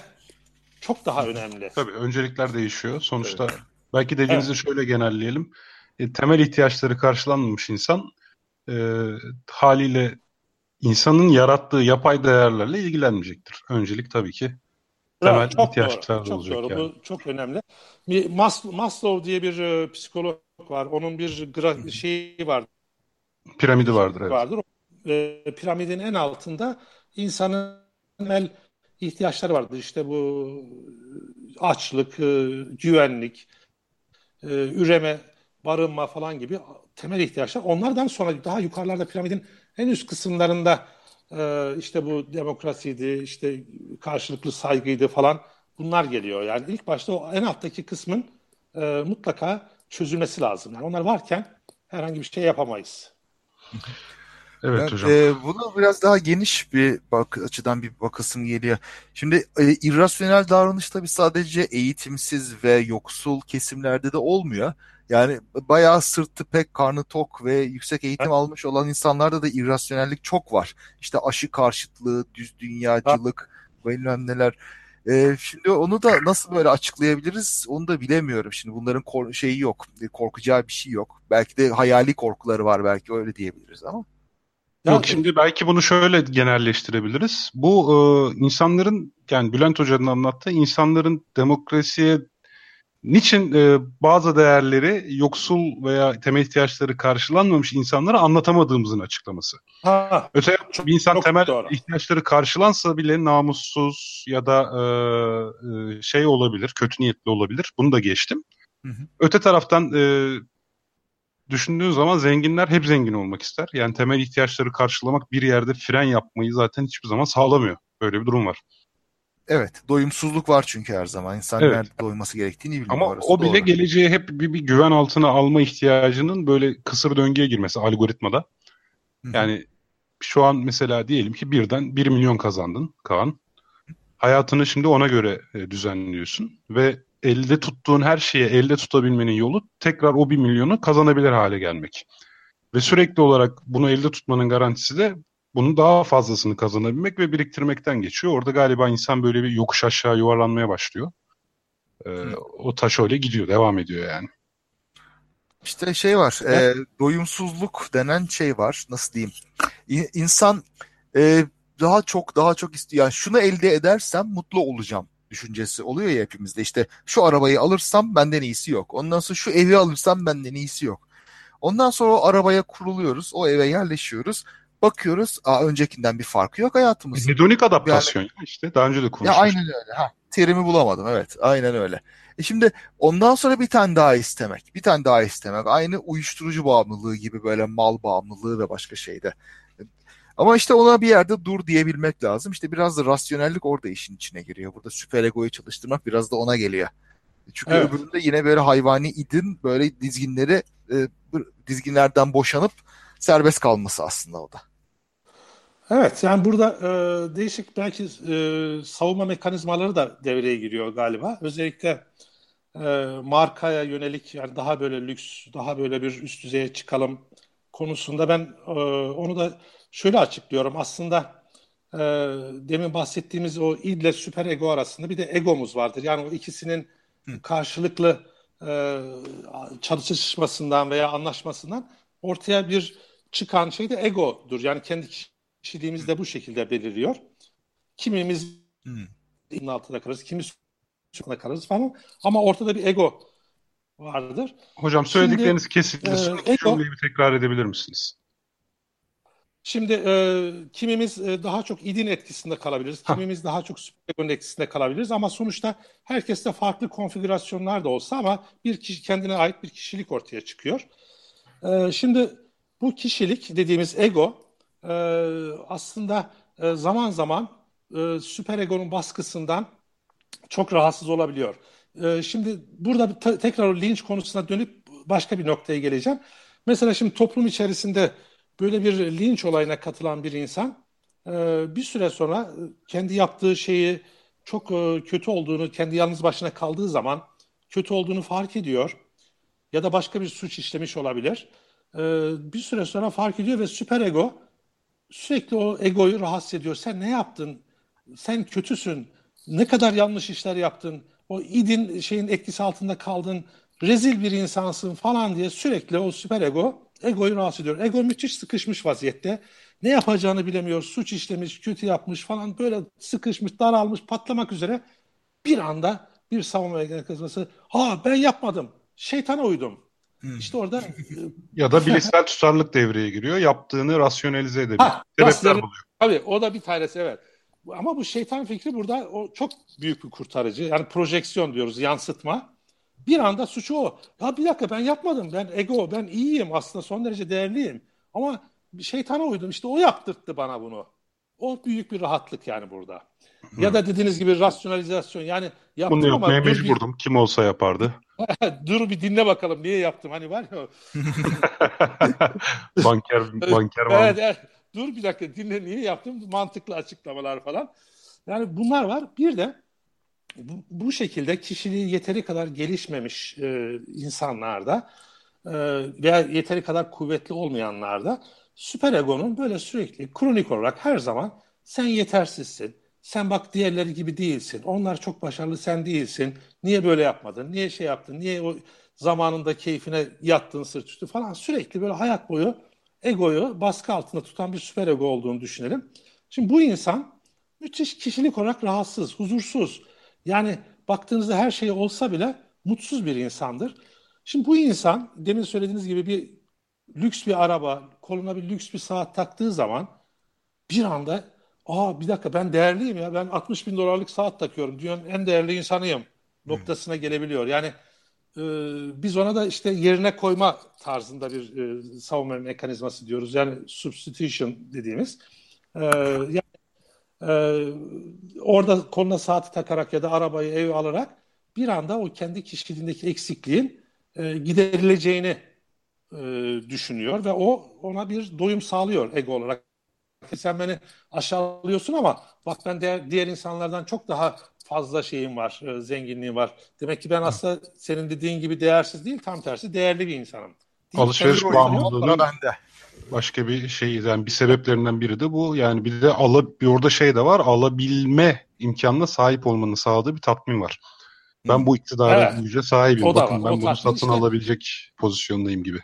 çok daha önemli. tabii öncelikler değişiyor. Evet. Sonuçta belki dediğinizi Evet. şöyle genelleyelim. E, temel ihtiyaçları karşılanmamış insan e, haliyle insanın yarattığı yapay değerlerle ilgilenmeyecektir. Öncelik tabii ki Bravo, temel çok doğru. ihtiyaçlar da Çok olacak doğru. yani. Bu çok önemli. Bir Mas- Maslow diye bir e, psikolog var. Onun bir Hı gra- hı. şeyi vardır. Piramidi vardır, evet. vardır. E, piramidin en altında insanın temel ihtiyaçları vardır. İşte bu açlık, e, güvenlik, e, üreme, barınma falan gibi temel ihtiyaçlar. Onlardan sonra daha yukarılarda piramidin en üst kısımlarında e, işte bu demokrasiydi, işte karşılıklı saygıydı falan bunlar geliyor. Yani ilk başta o en alttaki kısmın e, mutlaka çözülmesi lazım. Yani onlar varken herhangi bir şey yapamayız. Evet Ben hocam. e, bunu biraz daha geniş bir bak açıdan bir bakasım geliyor. Şimdi e, irrasyonel davranış tabii sadece eğitimsiz ve yoksul kesimlerde de olmuyor. Yani bayağı sırtı pek, karnı tok ve yüksek eğitim almış olan insanlarda da irrasyonellik çok var. İşte aşı karşıtlığı, düz dünyacılık, bilmem neler. E, şimdi onu da nasıl böyle açıklayabiliriz onu da bilemiyorum. Şimdi bunların kor- şeyi yok, e, korkacağı bir şey yok. Belki de hayali korkuları var, belki öyle diyebiliriz ama. Ya Yok, şimdi belki bunu şöyle genelleştirebiliriz. Bu e, insanların, yani Bülent Hoca'nın anlattığı insanların demokrasiye niçin e, bazı değerleri yoksul veya temel ihtiyaçları karşılanmamış insanlara anlatamadığımızın açıklaması. ha, Öte yandan çok, bir insan temel çok doğru. ihtiyaçları karşılansa bile namussuz ya da e, e, şey olabilir, kötü niyetli olabilir. Bunu da geçtim. Hı hı. Öte taraftan e, düşündüğün zaman zenginler hep zengin olmak ister. Yani temel ihtiyaçları karşılamak bir yerde fren yapmayı zaten hiçbir zaman sağlamıyor. Böyle bir durum var. Evet, doyumsuzluk var çünkü her zaman. İnsan Evet. nerede doyması gerektiğini Ama bilmiyor. Orası o bile doğru. geleceğe hep bir, bir güven altına alma ihtiyacının böyle kısır döngüye girmesi algoritmada. Hı hı. Yani şu an mesela diyelim ki birden bir milyon kazandın Kaan. Hayatını şimdi ona göre e, düzenliyorsun ve elde tuttuğun her şeyi elde tutabilmenin yolu tekrar o bir milyonu kazanabilir hale gelmek. Ve sürekli olarak bunu elde tutmanın garantisi de bunun daha fazlasını kazanabilmek ve biriktirmekten geçiyor. Orada galiba insan böyle bir yokuş aşağı yuvarlanmaya başlıyor. Ee, Hı. o taş öyle gidiyor, devam ediyor yani. İşte şey var, Evet. e, doyumsuzluk denen şey var. Nasıl diyeyim? İ- İnsan e, daha çok daha çok istiyor. Yani şunu elde edersem mutlu olacağım düşüncesi oluyor ya hepimizde. İşte şu arabayı alırsam benden iyisi yok. Ondan sonra şu evi alırsam benden iyisi yok. Ondan sonra o arabaya kuruluyoruz, o eve yerleşiyoruz. Bakıyoruz, aa, öncekinden bir farkı yok hayatımızın. Hedonik Yani adaptasyon ya işte. Daha önce de ya konuşmuştuk. aynen öyle. Ha, terimi bulamadım. Evet, aynen öyle. E şimdi ondan sonra bir tane daha istemek, bir tane daha istemek. Aynı uyuşturucu bağımlılığı gibi böyle mal bağımlılığı ve başka şeyde. Ama işte ona bir yerde dur diyebilmek lazım. İşte biraz da rasyonellik orada işin içine giriyor. Burada süperegoyu çalıştırmak biraz da ona geliyor. Çünkü Evet. öbüründe yine böyle hayvani idin böyle dizginleri e, dizginlerden boşanıp serbest kalması aslında o da. Evet, yani burada e, değişik belki e, savunma mekanizmaları da devreye giriyor galiba. Özellikle e, markaya yönelik, yani daha böyle lüks, daha böyle bir üst düzeye çıkalım konusunda ben e, onu da şöyle açıklıyorum. Aslında e, demin bahsettiğimiz o id ile süper ego arasında bir de egomuz vardır. Yani o ikisinin Hı, karşılıklı e, çalışmasından veya anlaşmasından ortaya bir çıkan şey de egodur. Yani kendi kişiliğimiz de bu şekilde belirliyor. Kimimiz hı. altında kalırız, kimimiz altında kalırız falan. Ama ortada bir ego vardır. Hocam Şimdi söyledikleriniz kesildi. e, Son iki ego, cümleyi bir tekrar edebilir misiniz? şimdi e, kimimiz e, daha çok idin etkisinde kalabiliriz, Hah, kimimiz daha çok süperegonun etkisinde kalabiliriz. Ama sonuçta herkeste farklı konfigürasyonlar da olsa ama bir kişi kendine ait bir kişilik ortaya çıkıyor. E, şimdi bu kişilik dediğimiz ego e, aslında e, zaman zaman e, süperegonun baskısından çok rahatsız olabiliyor. Ee, şimdi burada ta- tekrar o linç konusuna dönüp başka bir noktaya geleceğim. Mesela şimdi toplum içerisinde böyle bir linç olayına katılan bir insan e, bir süre sonra e, kendi yaptığı şeyi çok e, kötü olduğunu, kendi yalnız başına kaldığı zaman kötü olduğunu fark ediyor ya da başka bir suç işlemiş olabilir. E, Bir süre sonra fark ediyor ve süperego sürekli o egoyu rahatsız ediyor. Sen ne yaptın? Sen kötüsün. Ne kadar yanlış işler yaptın. O idin şeyin etkisi altında kaldın. Rezil bir insansın falan diye sürekli o süper ego egoyu rahatsız ediyor. Ego müthiş sıkışmış vaziyette. Ne yapacağını bilemiyor. Suç işlemiş, kötü yapmış falan, böyle sıkışmış, daralmış, patlamak üzere. Bir anda bir savunma mekanizması. Ha, ben yapmadım. Şeytana uydum. Hı. İşte orada ya da bilişsel tutarlılık devreye giriyor. Yaptığını rasyonelize edebilmek. ha, Sebepler rastları buluyor. tabii o da bir tanesi, evet. Ama bu şeytan fikri burada o çok büyük bir kurtarıcı. Yani projeksiyon diyoruz, yansıtma. Bir anda suçu o. Ya bir dakika, ben yapmadım. Ben ego, ben iyiyim aslında, son derece değerliyim. Ama şeytana uydum. İşte o yaptırttı bana bunu. O büyük bir rahatlık yani burada. Ya Hı. da dediğiniz gibi rasyonalizasyon. Yani Bunu yaptım ama yapmaya dur bir mecburdum. Kim olsa yapardı. Dur bir dinle bakalım niye yaptım hani var ya. Banker, banker Evet, Mahmut. evet. Dur bir dakika dinle niye yaptım mantıklı açıklamalar falan. Yani bunlar var. Bir de bu, bu şekilde kişiliği yeteri kadar gelişmemiş e, insanlarda e, veya yeteri kadar kuvvetli olmayanlarda süperegonun böyle sürekli kronik olarak her zaman sen yetersizsin. Sen bak diğerleri gibi değilsin. Onlar çok başarılı sen değilsin. Niye böyle yapmadın? Niye şey yaptın? Niye o zamanında keyfine yattın sırt üstü falan sürekli böyle hayat boyu egoyu baskı altında tutan bir süperego olduğunu düşünelim. Şimdi bu insan müthiş kişilik olarak rahatsız, huzursuz. Yani baktığınızda her şey olsa bile mutsuz bir insandır. Şimdi bu insan demin söylediğiniz gibi bir lüks bir araba, koluna bir lüks bir saat taktığı zaman bir anda aa bir dakika ben değerliyim ya ben altmış bin dolarlık saat takıyorum dünyanın en değerli insanıyım Hmm. noktasına gelebiliyor. Yani e, biz ona da işte yerine koyma tarzında bir e, savunma mekanizması diyoruz. Yani substitution dediğimiz. E, yani, e, orada koluna saati takarak ya da arabayı eve alarak bir anda o kendi kişiliğindeki eksikliğin e, giderileceğini e, düşünüyor ve o ona bir doyum sağlıyor ego olarak. Sen beni aşağılıyorsun ama bak ben diğer, diğer insanlardan çok daha fazla şeyim var, e, zenginliğim var. Demek ki ben aslında senin dediğin gibi değersiz değil, tam tersi değerli bir insanım deyip kendini Alışveriş Euro ile kurtarıyor. sıra bağımlılığının bende. başka bir şey, yani bir sebeplerinden biri de bu. Yani bir de ala, bir orada şey de var, alabilme imkanına sahip olmanın sağladığı bir tatmin var. Ben Hmm. bu iktidara, Evet, güce sahibim. o da var. Bakın O ben bunu tatmin satın işte. alabilecek pozisyondayım gibi.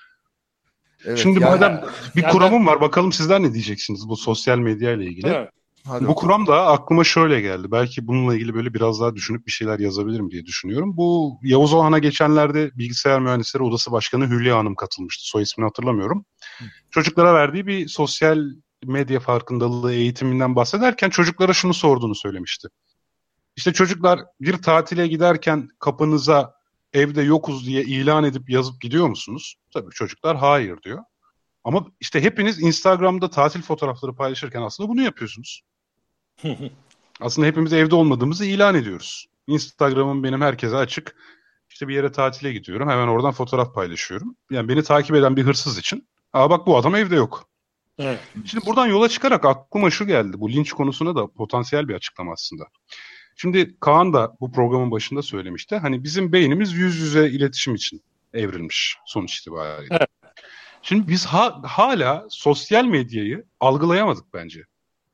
Evet Şimdi yani madem e, bir yani ben kuramım var, bakalım sizler ne diyeceksiniz bu sosyal medya ile ilgili. evet, hadi Bu bakalım. kuram da aklıma şöyle geldi. Belki bununla ilgili böyle biraz daha düşünüp bir şeyler yazabilirim diye düşünüyorum. Bu Yavuz Ohan'a geçenlerde Bilgisayar Mühendisleri Odası Başkanı Hülya Hanım katılmıştı. Soy ismini hatırlamıyorum. Hmm. Çocuklara verdiği bir sosyal medya farkındalığı eğitiminden bahsederken çocuklara şunu sorduğunu söylemişti. İşte çocuklar bir tatile giderken kapınıza evde yokuz diye ilan edip yazıp gidiyor musunuz? Tabii çocuklar hayır diyor. Ama işte hepiniz Instagram'da tatil fotoğrafları paylaşırken aslında bunu yapıyorsunuz. Aslında hepimiz evde olmadığımızı ilan ediyoruz. Instagram'ım benim herkese açık. İşte bir yere tatile gidiyorum. Hemen oradan fotoğraf paylaşıyorum. Yani beni takip eden bir hırsız için. Aa bak bu adam evde yok. evet. Şimdi buradan yola çıkarak aklıma şu geldi. Bu linç konusuna da potansiyel bir açıklama aslında. Şimdi Kaan da bu programın başında söylemişti. Hani bizim beynimiz yüz yüze iletişim için evrilmiş sonuç itibariyle. Evet. Şimdi biz ha- hala sosyal medyayı algılayamadık bence.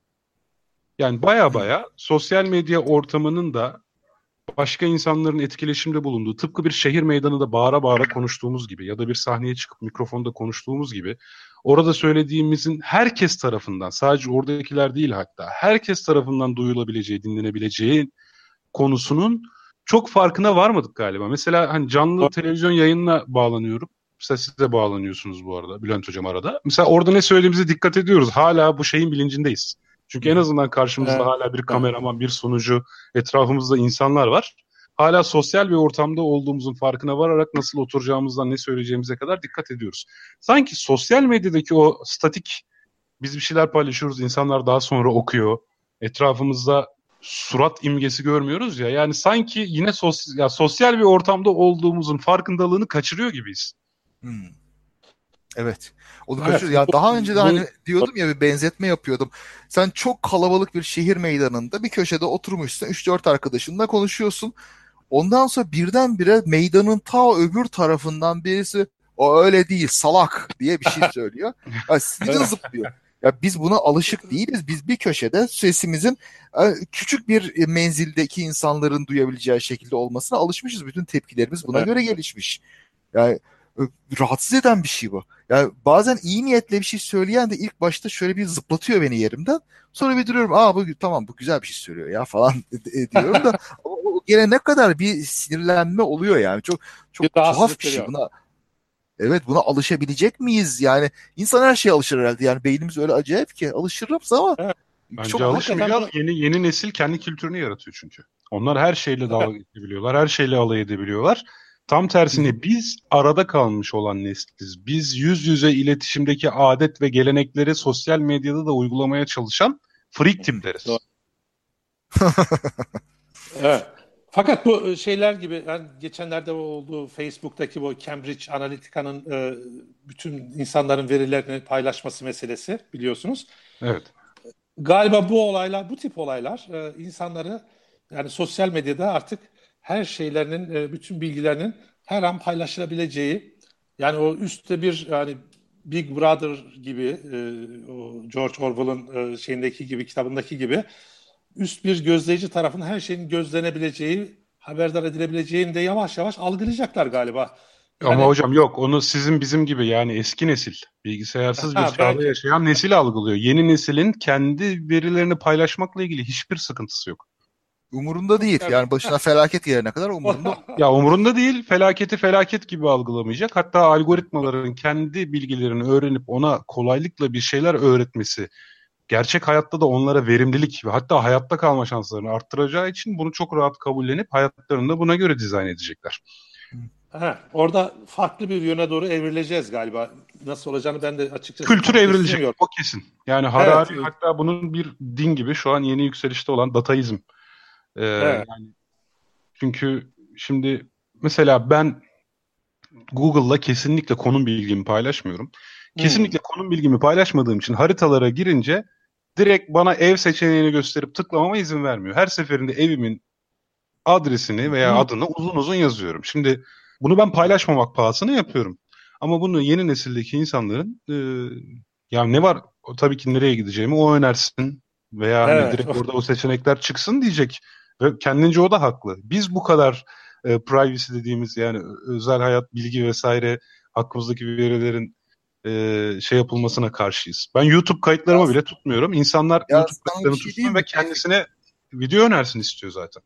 Yani baya Hmm. baya sosyal medya ortamının da başka insanların etkileşimde bulunduğu, tıpkı bir şehir meydanında bağıra bağıra konuştuğumuz gibi ya da bir sahneye çıkıp mikrofonda konuştuğumuz gibi orada söylediğimizin herkes tarafından, sadece oradakiler değil hatta, herkes tarafından duyulabileceği, dinlenebileceği konusunun çok farkına varmadık galiba. Mesela hani canlı televizyon yayınına bağlanıyorum. Mesela siz de bağlanıyorsunuz bu arada Bülent Hocam arada. Mesela orada ne söylediğimize dikkat ediyoruz. Hala bu şeyin bilincindeyiz. Çünkü en azından karşımızda Evet. hala bir kameraman, bir sunucu, etrafımızda insanlar var. Hala sosyal bir ortamda olduğumuzun farkına vararak nasıl oturacağımızdan ne söyleyeceğimize kadar dikkat ediyoruz. Sanki sosyal medyadaki o statik, biz bir şeyler paylaşıyoruz, insanlar daha sonra okuyor. Etrafımızda surat imgesi görmüyoruz ya. Yani sanki yine sos ya sosyal bir ortamda olduğumuzun farkındalığını kaçırıyor gibiyiz. Hmm. Evet. Onu Evet. kaçırıyoruz. Ya Bu, daha önce de bu hani diyordum ya bir benzetme yapıyordum. Sen çok kalabalık bir şehir meydanında bir köşede oturmuşsun. Üç dört arkadaşınla konuşuyorsun. Ondan sonra birdenbire meydanın ta öbür tarafından birisi o öyle değil salak diye bir şey söylüyor. Ya sinirin evet. zıplıyor. Ya biz buna alışık değiliz. Biz bir köşede sesimizin e, küçük bir menzildeki insanların duyabileceği şekilde olmasına alışmışız. Bütün tepkilerimiz buna Evet. göre gelişmiş. Yani e, rahatsız eden bir şey bu. Yani bazen iyi niyetle bir şey söyleyen de ilk başta şöyle bir zıplatıyor beni yerimden. Sonra bir duruyorum. Aa bu tamam bu güzel bir şey söylüyor ya falan diyorum da o, o gene ne kadar bir sinirlenme oluyor yani. Çok Bir çok tuhaf rahatsızlık bir şey. veriyor. Buna evet buna alışabilecek miyiz? Yani insan her şeye alışır herhalde. Yani beynimiz öyle acayip ki alışırız ama Evet. Bence çok Hakikaten alışmıyor. bu Yeni yeni nesil kendi kültürünü yaratıyor çünkü. Onlar her şeyle dalga geçebiliyorlar, her şeyle alay edebiliyorlar. Tam Hı hı. tersine biz arada kalmış olan nesliz. Biz yüz yüze iletişimdeki adet ve gelenekleri sosyal medyada da uygulamaya çalışan freak doğru. tipleriz. Evet. Fakat bu şeyler gibi, yani geçenlerde olduğu Facebook'taki bu Cambridge Analytica'nın e, bütün insanların verilerini paylaşması meselesi, biliyorsunuz. Evet. Galiba bu olaylar, bu tip olaylar e, insanları, yani sosyal medyada artık her şeylerinin, e, bütün bilgilerinin her an paylaşılabileceği, yani o üstte bir, yani Big Brother gibi, e, o George Orwell'ın e, şeyindeki gibi, kitabındaki gibi üst bir gözleyici tarafından her şeyin gözlenebileceği, haberdar edilebileceğini de yavaş yavaş algılayacaklar galiba. Ama Yani hocam yok, onu sizin bizim gibi, yani eski nesil, bilgisayarsız bir ha, çağda belki. yaşayan nesil algılıyor. Yeni neslin kendi verilerini paylaşmakla ilgili hiçbir sıkıntısı yok. Umurunda değil. Evet. Yani başına felaket gelene kadar umurunda. Ya umurunda değil, felaketi felaket gibi algılamayacak. Hatta algoritmaların kendi bilgilerini öğrenip ona kolaylıkla bir şeyler öğretmesi, gerçek hayatta da onlara verimlilik ve hatta hayatta kalma şanslarını arttıracağı için bunu çok rahat kabullenip hayatlarını da buna göre dizayn edecekler. Ha, orada farklı bir yöne doğru evrileceğiz galiba. Nasıl olacağını ben de açıkçası Kültür tam evrilecek, kestiremiyorum. o kesin. Yani Evet, Harari hatta bunun bir din gibi şu an yeni yükselişte olan dataizm. Ee, evet. yani çünkü şimdi mesela ben Google'la kesinlikle konum bilgimi paylaşmıyorum. Hmm. Kesinlikle konum bilgimi paylaşmadığım için haritalara girince direkt bana ev seçeneğini gösterip tıklamama izin vermiyor. Her seferinde evimin adresini veya Hmm. adını uzun uzun yazıyorum. Şimdi bunu ben paylaşmamak pahasına yapıyorum. Ama bunu yeni nesildeki insanların e, ya ne var, o, tabii ki nereye gideceğimi o önersin veya hani Evet. direkt orada o seçenekler çıksın diyecek. Ve kendince o da haklı. Biz bu kadar e, privacy dediğimiz, yani özel hayat, bilgi vesaire hakkımızdaki verilerin e, şey yapılmasına karşıyız. Ben YouTube Ya, kayıtlarımı bile tutmuyorum. İnsanlar ya YouTube sana bir kayıtlarını şey diyeyim tutsun ve mi Tevfik? kendisine video önersin istiyor zaten.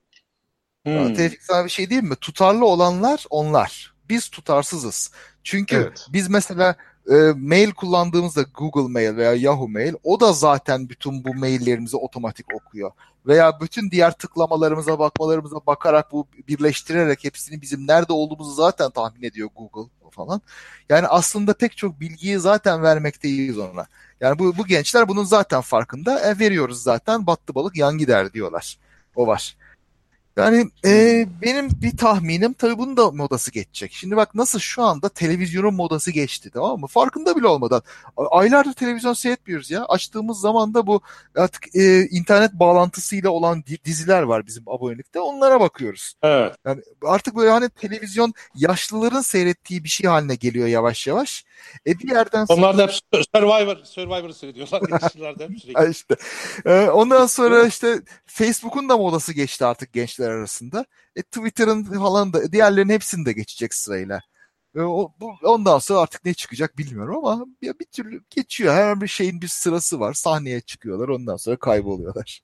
Ya Hmm. Tevfik sana bir şey diyeyim mi? Tutarlı olanlar onlar. Biz tutarsızız. Çünkü Evet. biz mesela e, mail kullandığımızda Google Mail veya Yahoo Mail, o da zaten bütün bu maillerimizi otomatik okuyor. Veya bütün diğer tıklamalarımıza, bakmalarımıza bakarak, bu birleştirerek hepsini, bizim nerede olduğumuzu zaten tahmin ediyor Google falan. Yani aslında pek çok bilgiyi zaten vermekteyiz ona. Yani bu, bu gençler bunun zaten farkında. E, veriyoruz zaten, battı balık yan gider diyorlar. O var. Yani e, Hmm. benim bir tahminim, tabii bunun da modası geçecek. Şimdi bak, nasıl şu anda televizyonun modası geçti, tamam mı? Farkında bile olmadan. A- Aylardır televizyon seyretmiyoruz ya. Açtığımız zaman da bu artık e, internet bağlantısıyla olan di- diziler var bizim abonelikte. Onlara bakıyoruz. Evet. Yani artık böyle hani televizyon yaşlıların seyrettiği bir şey haline geliyor yavaş yavaş. E bir yerden Onlar da hep Survivor, Survivor'ı seyrediyorlar. Yaşlılar da hep Ha sürekli. işte. Ee, ondan sonra işte Facebook'un da modası geçti artık gençler arasında. E, Twitter'ın falan da, diğerlerinin hepsini de geçecek sırayla. E, o, bu, ondan sonra artık ne çıkacak bilmiyorum ama bir, bir türlü geçiyor. Her bir şeyin bir sırası var. Sahneye çıkıyorlar, ondan sonra kayboluyorlar.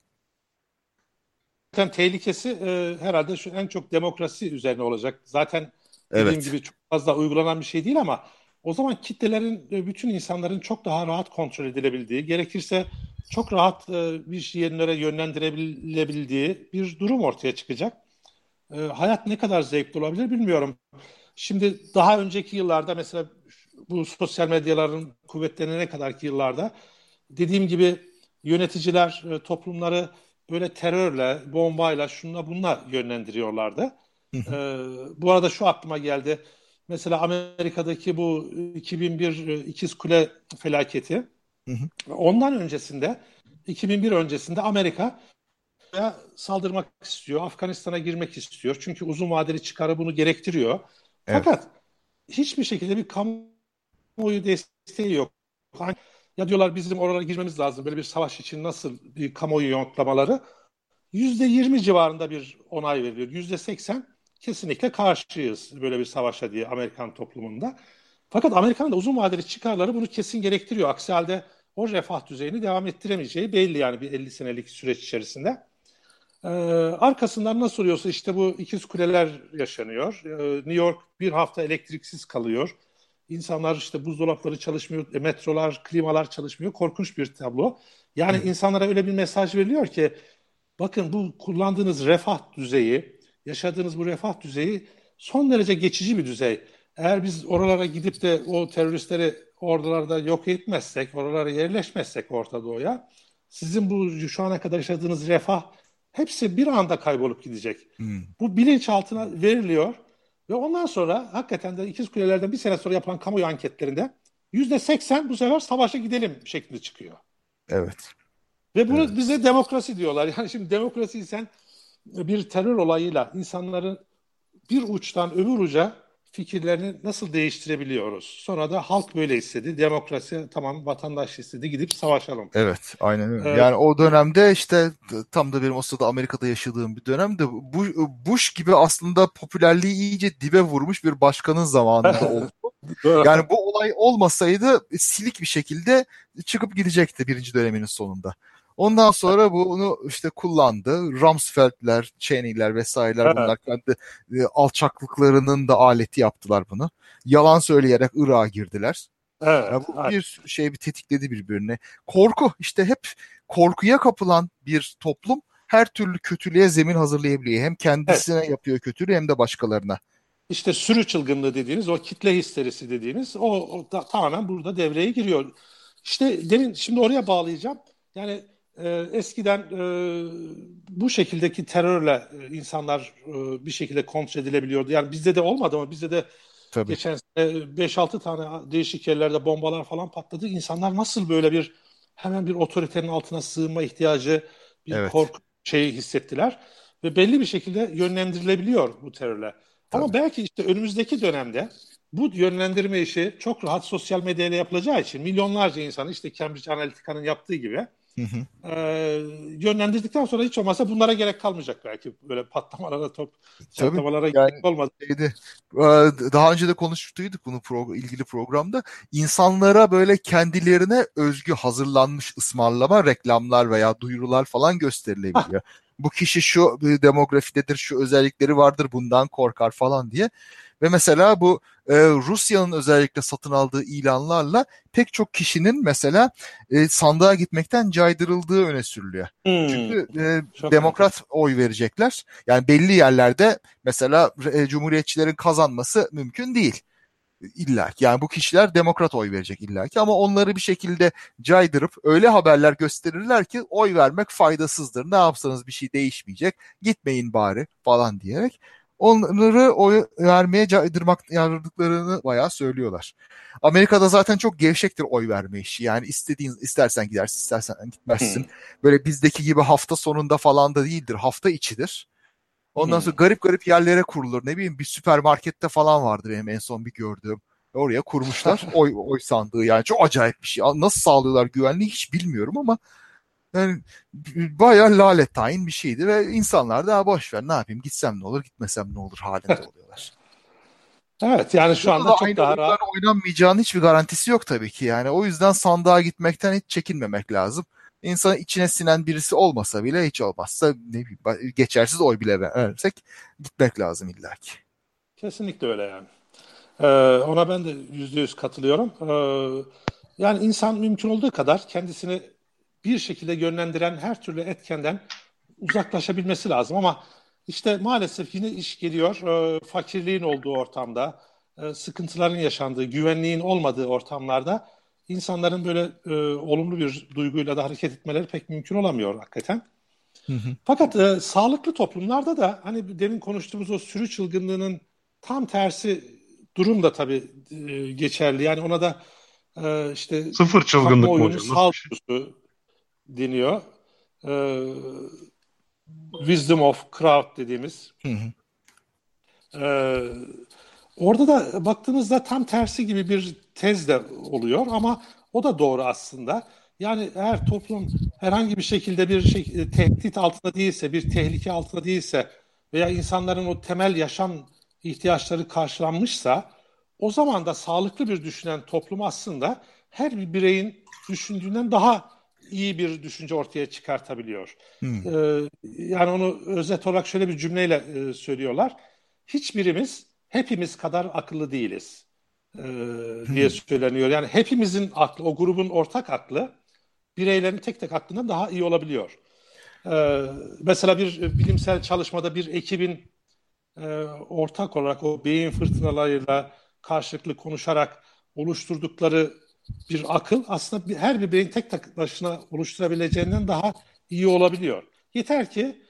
Zaten tehlikesi e, herhalde şu en çok demokrasi üzerine olacak. Zaten dediğim Evet. gibi çok fazla uygulanan bir şey değil ama o zaman kitlelerin, e, bütün insanların çok daha rahat kontrol edilebildiği, gerekirse çok rahat e, bir yerlere yönlendirebilebildiği bir durum ortaya çıkacak. E, hayat ne kadar zevkli olabilir bilmiyorum. Şimdi daha önceki yıllarda, mesela bu sosyal medyaların kuvvetlenene kadarki yıllarda, dediğim gibi yöneticiler e, toplumları böyle terörle, bombayla, şunla bununla yönlendiriyorlardı. Hı E, hı, bu arada şu aklıma geldi. Mesela Amerika'daki bu iki bin bir e, İkiz Kule felaketi. hı hı. Ondan öncesinde, iki bin bir öncesinde Amerika saldırmak istiyor, Afganistan'a girmek istiyor. Çünkü uzun vadeli çıkarı bunu gerektiriyor. Evet. Fakat hiçbir şekilde bir kamuoyu desteği yok. Hani, ya diyorlar bizim oralara girmemiz lazım. Böyle bir savaş için nasıl bir kamuoyu yoklamaları? Yüzde yirmi civarında bir onay veriliyor. Yüzde seksen kesinlikle karşıyız böyle bir savaşa diye Amerikan toplumunda. Fakat Amerika'nın da uzun vadeli çıkarları bunu kesin gerektiriyor. Aksi halde o refah düzeyini devam ettiremeyeceği belli, yani bir elli senelik süreç içerisinde. Ee, arkasından nasıl oluyorsa işte bu ikiz kuleler yaşanıyor. Ee, New York bir hafta elektriksiz kalıyor. İnsanlar, işte buzdolapları çalışmıyor, e, metrolar, klimalar çalışmıyor. Korkunç bir tablo. Hı Yani hı. insanlara öyle bir mesaj veriliyor ki, bakın bu kullandığınız refah düzeyi, yaşadığınız bu refah düzeyi son derece geçici bir düzey. Eğer biz oralara gidip de o teröristleri oralarda yok etmezsek, oralara yerleşmezsek Orta Doğu'ya, sizin bu şu ana kadar yaşadığınız refah hepsi bir anda kaybolup gidecek. Hmm. Bu bilinçaltına veriliyor ve ondan sonra hakikaten de İkiz Kuleler'den bir sene sonra yapılan kamuoyu anketlerinde yüzde seksen bu sefer savaşa gidelim şeklinde çıkıyor. Evet. Ve bunu Evet. bize demokrasi diyorlar. Yani şimdi demokrasiyi sen bir terör olayıyla insanların bir uçtan öbür uca fikirlerini nasıl değiştirebiliyoruz? Sonra da halk böyle istedi. Demokrasi tamam, vatandaş istedi. Gidip savaşalım. Evet, aynen öyle. Ee, Yani o dönemde işte tam da benim o sırada Amerika'da yaşadığım bir dönemde Bu- Bush gibi aslında popülerliği iyice dibe vurmuş bir başkanın zamanında oldu. Yani bu olay olmasaydı silik bir şekilde çıkıp gidecekti birinci döneminin sonunda. Ondan sonra bunu işte kullandı. Rumsfeld'ler, Cheney'ler vesaireler evet, bunlar kendi e, alçaklıklarının da aleti yaptılar bunu. Yalan söyleyerek Irak'a girdiler. Ya evet, bu evet. bir sürü şey bir tetikledi birbirini. Korku işte hep korkuya kapılan bir toplum her türlü kötülüğe zemin hazırlayabiliyor. Hem Evet. kendisine yapıyor kötülüğü hem de başkalarına. İşte sürü çılgınlığı dediğiniz, o kitle histerisi dediğiniz, o, o da, tamamen burada devreye giriyor. İşte demin şimdi oraya bağlayacağım. Yani e, eskiden e, bu şekildeki terörle e, insanlar e, bir şekilde kontrol edilebiliyordu. Yani bizde de olmadı ama bizde de Tabii. geçen sene beş altı tane değişik yerlerde bombalar falan patladı. İnsanlar nasıl böyle bir hemen bir otoritenin altına sığınma ihtiyacı, bir Evet. korku şeyi hissettiler ve belli bir şekilde yönlendirilebiliyor bu terörle. Ama Tabii. belki işte önümüzdeki dönemde bu yönlendirme işi çok rahat sosyal medyayla yapılacağı için milyonlarca insanı işte Cambridge Analytica'nın yaptığı gibi Hı hı. e, yönlendirdikten sonra hiç olmazsa bunlara gerek kalmayacak belki. Böyle patlamalara, top Tabii. çatlamalara Yani gerek olmaz. şeydi, e, daha önce de konuştuyduk bunu pro- ilgili programda. İnsanlara böyle kendilerine özgü hazırlanmış ısmarlama reklamlar veya duyurular falan gösterilebiliyor. Bu kişi şu e, demografidedir, şu özellikleri vardır, bundan korkar falan diye. Ve mesela bu e, Rusya'nın özellikle satın aldığı ilanlarla pek çok kişinin mesela e, sandığa gitmekten caydırıldığı öne sürülüyor. Hmm, Çünkü e, çok enteresan. demokrat oy verecekler. Yani belli yerlerde mesela e, cumhuriyetçilerin kazanması mümkün değil. İlla ki. Yani bu kişiler demokrat oy verecek illa ki ama onları bir şekilde caydırıp öyle haberler gösterirler ki oy vermek faydasızdır. Ne yapsanız bir şey değişmeyecek. Gitmeyin bari falan diyerek onları oy vermeye caydırmak yardıklarını bayağı söylüyorlar. Amerika'da zaten çok gevşektir oy verme işi. Yani istediğin istersen gidersin, istersen gitmezsin. Hmm, Böyle bizdeki gibi hafta sonunda falan da değildir. Hafta içidir. Ondan sonra hmm. garip garip yerlere kurulur. Ne bileyim bir süpermarkette falan vardı benim en son bir gördüğüm. Oraya kurmuşlar oy, oy sandığı yani çok acayip bir şey. Nasıl sağlıyorlar güvenliği hiç bilmiyorum ama yani bayağı lalettayn bir şeydi ve insanlar da boş ver ne yapayım gitsem ne olur gitmesem ne olur halinde oluyorlar. Evet, yani şu Burada anda da çok aynı daha rahat. oyunlar oynanmayacağının hiçbir garantisi yok tabii ki yani. O yüzden sandığa gitmekten hiç çekinmemek lazım. İnsanın içine sinen birisi olmasa bile hiç olmazsa ne bileyim, geçersiz oy bile verirsek gitmek lazım illaki. Kesinlikle öyle yani. Ee, ona ben de yüzde yüz katılıyorum. Ee, yani insan mümkün olduğu kadar kendisini bir şekilde yönlendiren her türlü etkenden uzaklaşabilmesi lazım. Ama işte maalesef yine iş geliyor. Ee, fakirliğin olduğu ortamda, e, sıkıntıların yaşandığı, güvenliğin olmadığı ortamlarda insanların böyle e, olumlu bir duyguyla da hareket etmeleri pek mümkün olamıyor hakikaten. Hı hı. Fakat e, sağlıklı toplumlarda da hani demin konuştuğumuz o sürü çılgınlığının tam tersi durum da tabii e, geçerli. Yani ona da e, işte Sıfır çılgınlık mı kamuoyunun hocam? Nasıl bir şey? sağduyu deniyor. E, wisdom of crowd dediğimiz. Hı hı. E, orada da baktığınızda tam tersi gibi bir tez de oluyor ama o da doğru aslında. Yani eğer toplum herhangi bir şekilde bir şey, e, tehdit altında değilse, bir tehlike altında değilse veya insanların o temel yaşam ihtiyaçları karşılanmışsa o zaman da sağlıklı bir düşünen toplum aslında her bir bireyin düşündüğünden daha iyi bir düşünce ortaya çıkartabiliyor. Hı. Ee, yani onu özet olarak şöyle bir cümleyle e, söylüyorlar. Hiçbirimiz hepimiz kadar akıllı değiliz e, diye Hı. söyleniyor. Yani hepimizin aklı, o grubun ortak aklı bireylerin tek tek aklından daha iyi olabiliyor. E, mesela bir bilimsel çalışmada bir ekibin e, ortak olarak o beyin fırtınalarıyla karşılıklı konuşarak oluşturdukları bir akıl aslında bir, her bir beyin tek tek başına oluşturabileceğinden daha iyi olabiliyor. Yeter ki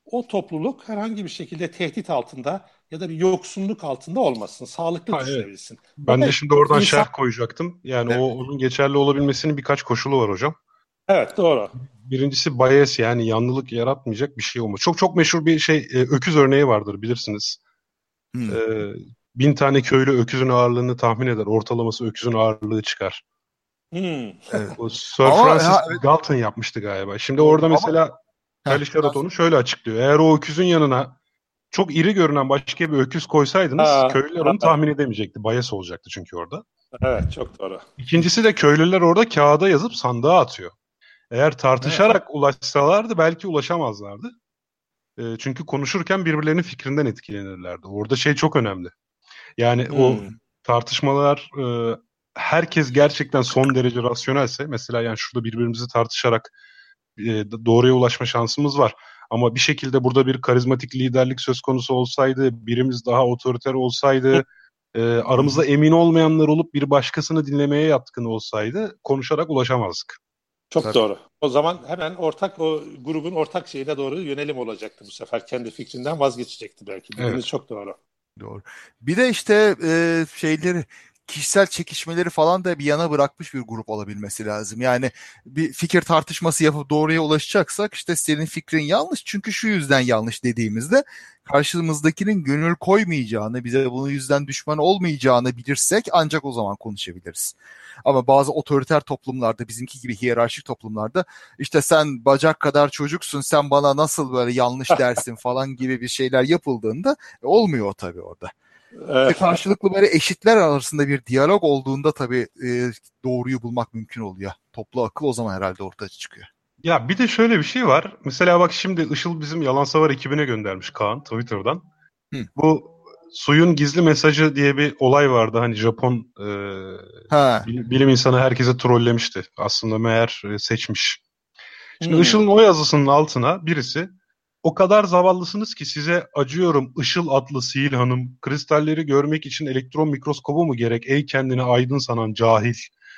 o topluluk herhangi bir şekilde tehdit altında ya da bir yoksunluk altında olmasın, sağlıklı Ha, evet. düşünebilsin. O Ben da de şimdi oradan insan, şerh koyacaktım. Yani o Evet. onun geçerli olabilmesinin birkaç koşulu var hocam. evet doğru. Birincisi bias, yani yanlılık yaratmayacak bir şey olması. Çok çok meşhur bir şey, e, öküz örneği vardır, bilirsiniz. E, Hmm. bin tane köylü öküzün ağırlığını tahmin eder. Ortalaması öküzün ağırlığı çıkar. Hmm. Evet. O Sir Ama Francis ha, evet, Galton yapmıştı galiba. Şimdi doğru. orada Ama mesela heh, Kali biraz onu şöyle açıklıyor. Eğer o öküzün yanına çok iri görünen başka bir öküz koysaydınız, Ha, köylüler onu ha, tahmin edemeyecekti. Bias olacaktı çünkü orada. evet çok doğru. İkincisi de köylüler orada kağıda yazıp sandığa atıyor. Eğer Evet. tartışarak ulaşsalardı belki ulaşamazlardı. E, çünkü konuşurken birbirlerinin fikrinden etkilenirlerdi. Orada şey çok önemli. Yani o Hmm. tartışmalar, e, herkes gerçekten son derece rasyonelse, mesela yani şurada birbirimizi tartışarak e, doğruya ulaşma şansımız var. Ama bir şekilde burada bir karizmatik liderlik söz konusu olsaydı, birimiz daha otoriter olsaydı, e, Hı hı. aramızda emin olmayanlar olup bir başkasını dinlemeye yatkın olsaydı konuşarak ulaşamazdık. Çok Tabii. doğru. O zaman hemen ortak o grubun ortak şeyine doğru yönelim olacaktı bu sefer. Kendi fikrinden vazgeçecekti belki. Dediğiniz Evet. çok doğru. Doğru. Bir de işte e, şeyleri kişisel çekişmeleri falan da bir yana bırakmış bir grup olabilmesi lazım. Yani bir fikir tartışması yapıp doğruya ulaşacaksak işte senin fikrin yanlış çünkü şu yüzden yanlış dediğimizde karşımızdakinin gönül koymayacağını, bize bunun yüzden düşman olmayacağını bilirsek ancak o zaman konuşabiliriz. Ama bazı otoriter toplumlarda, bizimki gibi hiyerarşik toplumlarda işte sen bacak kadar çocuksun, sen bana nasıl böyle yanlış dersin falan gibi bir şeyler yapıldığında e, olmuyor o tabii orada. İşte Evet. karşılıklı böyle eşitler arasında bir diyalog olduğunda tabii e, doğruyu bulmak mümkün oluyor. Toplu akıl o zaman herhalde ortaya çıkıyor. Ya bir de şöyle bir şey var. Mesela bak, şimdi Işıl bizim Yalan Savar ekibine göndermiş, Kaan, Twitter'dan. Hı. Bu suyun gizli mesajı diye bir olay vardı. Hani Japon e, Ha. bil- bilim insanı herkese trollemişti. Aslında meğer e, seçmiş. Şimdi Hmm. Işıl'ın o yazısının altına birisi, o kadar zavallısınız ki size acıyorum Işıl adlı sihir hanım. Kristalleri görmek için elektron mikroskobu mu gerek ey kendini aydın sanan cahil.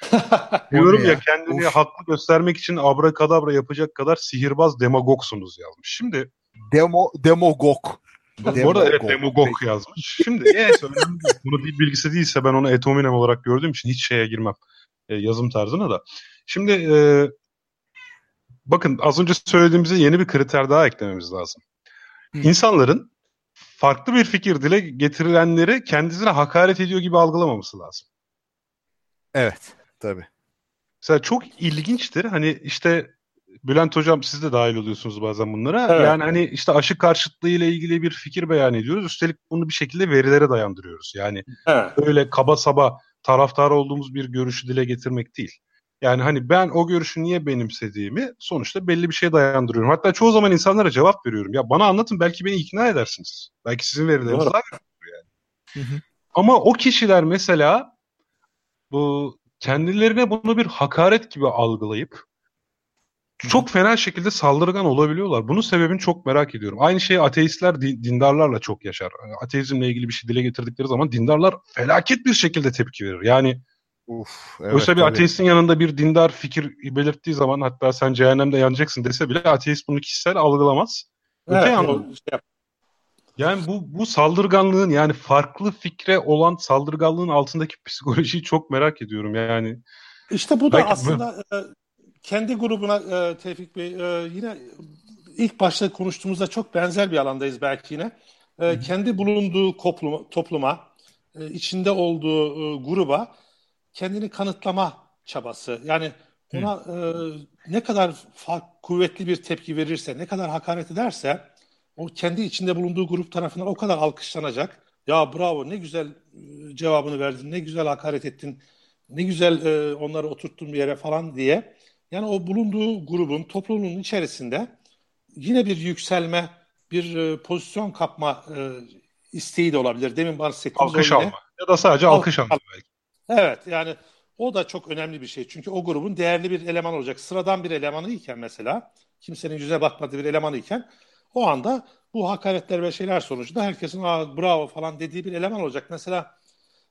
O ne Diyorum ya, ya? kendini Uf. haklı göstermek için abrakadabra yapacaklar kadar sihirbaz demagogsunuz yazmış. Şimdi Demo, demogog. bu, bu arada evet, Demogog. demagog Peki. yazmış. Şimdi neyse, önemli değil. Bunu dil bilgisi değilse ben onu etominem olarak gördüğüm için hiç şeye girmem. E, yazım tarzına da. Şimdi e, bakın, az önce söylediğimize yeni bir kriter daha eklememiz lazım. Hı. İnsanların farklı bir fikir dile getirilenleri kendisine hakaret ediyor gibi algılamaması lazım. Evet. Tabii. Mesela çok ilginçtir. Hani işte Bülent Hocam, siz de dahil oluyorsunuz bazen bunlara. Evet. Yani hani işte aşı karşıtlığı ile ilgili bir fikir beyan ediyoruz. Üstelik bunu bir şekilde verilere dayandırıyoruz. Yani Evet. öyle kaba saba taraftar olduğumuz bir görüşü dile getirmek değil. Yani hani ben o görüşü niye benimsediğimi sonuçta belli bir şeye dayandırıyorum. Hatta çoğu zaman insanlara cevap veriyorum. Ya bana anlatın, belki beni ikna edersiniz. Belki sizin verileriniz Doğru. daha güçlüdür yani. Hı hı. Ama o kişiler mesela bu kendilerine bunu bir hakaret gibi algılayıp Hı hı. çok fena şekilde saldırgan olabiliyorlar. Bunun sebebini çok merak ediyorum. Aynı şeyi ateistler di- dindarlarla çok yaşar. Yani ateizmle ilgili bir şey dile getirdikleri zaman dindarlar felaket bir şekilde tepki verir. Yani Uf. oysa Evet bir tabii. ateistin yanında bir dindar fikir belirttiği zaman, hatta sen cehennemde yanacaksın dese bile, ateist bunu kişisel algılamaz. Öte Evet. O yandan şey yap- yani bu bu saldırganlığın, yani farklı fikre olan saldırganlığın altındaki psikolojiyi çok merak ediyorum. Yani İşte bu da belki bu- aslında e, kendi grubuna e, Tevfik Bey e, yine ilk başta konuştuğumuzda çok benzer bir alandayız belki yine. Hı E, hı. kendi bulunduğu topluma, topluma e, içinde olduğu e, gruba kendini kanıtlama çabası. Yani Hı. ona e, ne kadar fark, kuvvetli bir tepki verirse, ne kadar hakaret ederse o kendi içinde bulunduğu grup tarafından o kadar alkışlanacak. Ya bravo, ne güzel e, cevabını verdin, ne güzel hakaret ettin, ne güzel e, onları oturttun bir yere falan diye. Yani o bulunduğu grubun, toplumun içerisinde yine bir yükselme, bir e, pozisyon kapma e, isteği de olabilir. Demin bahsettiğimiz o alkış yine alma ya da sadece alkış alkış. alma belki. Evet yani o da çok önemli bir şey. Çünkü o grubun değerli bir eleman olacak. Sıradan bir elemanı iken mesela kimsenin yüzüne bakmadığı bir elemanı iken o anda bu hakaretler ve şeyler sonucunda herkesin Aa, bravo falan dediği bir eleman olacak. Mesela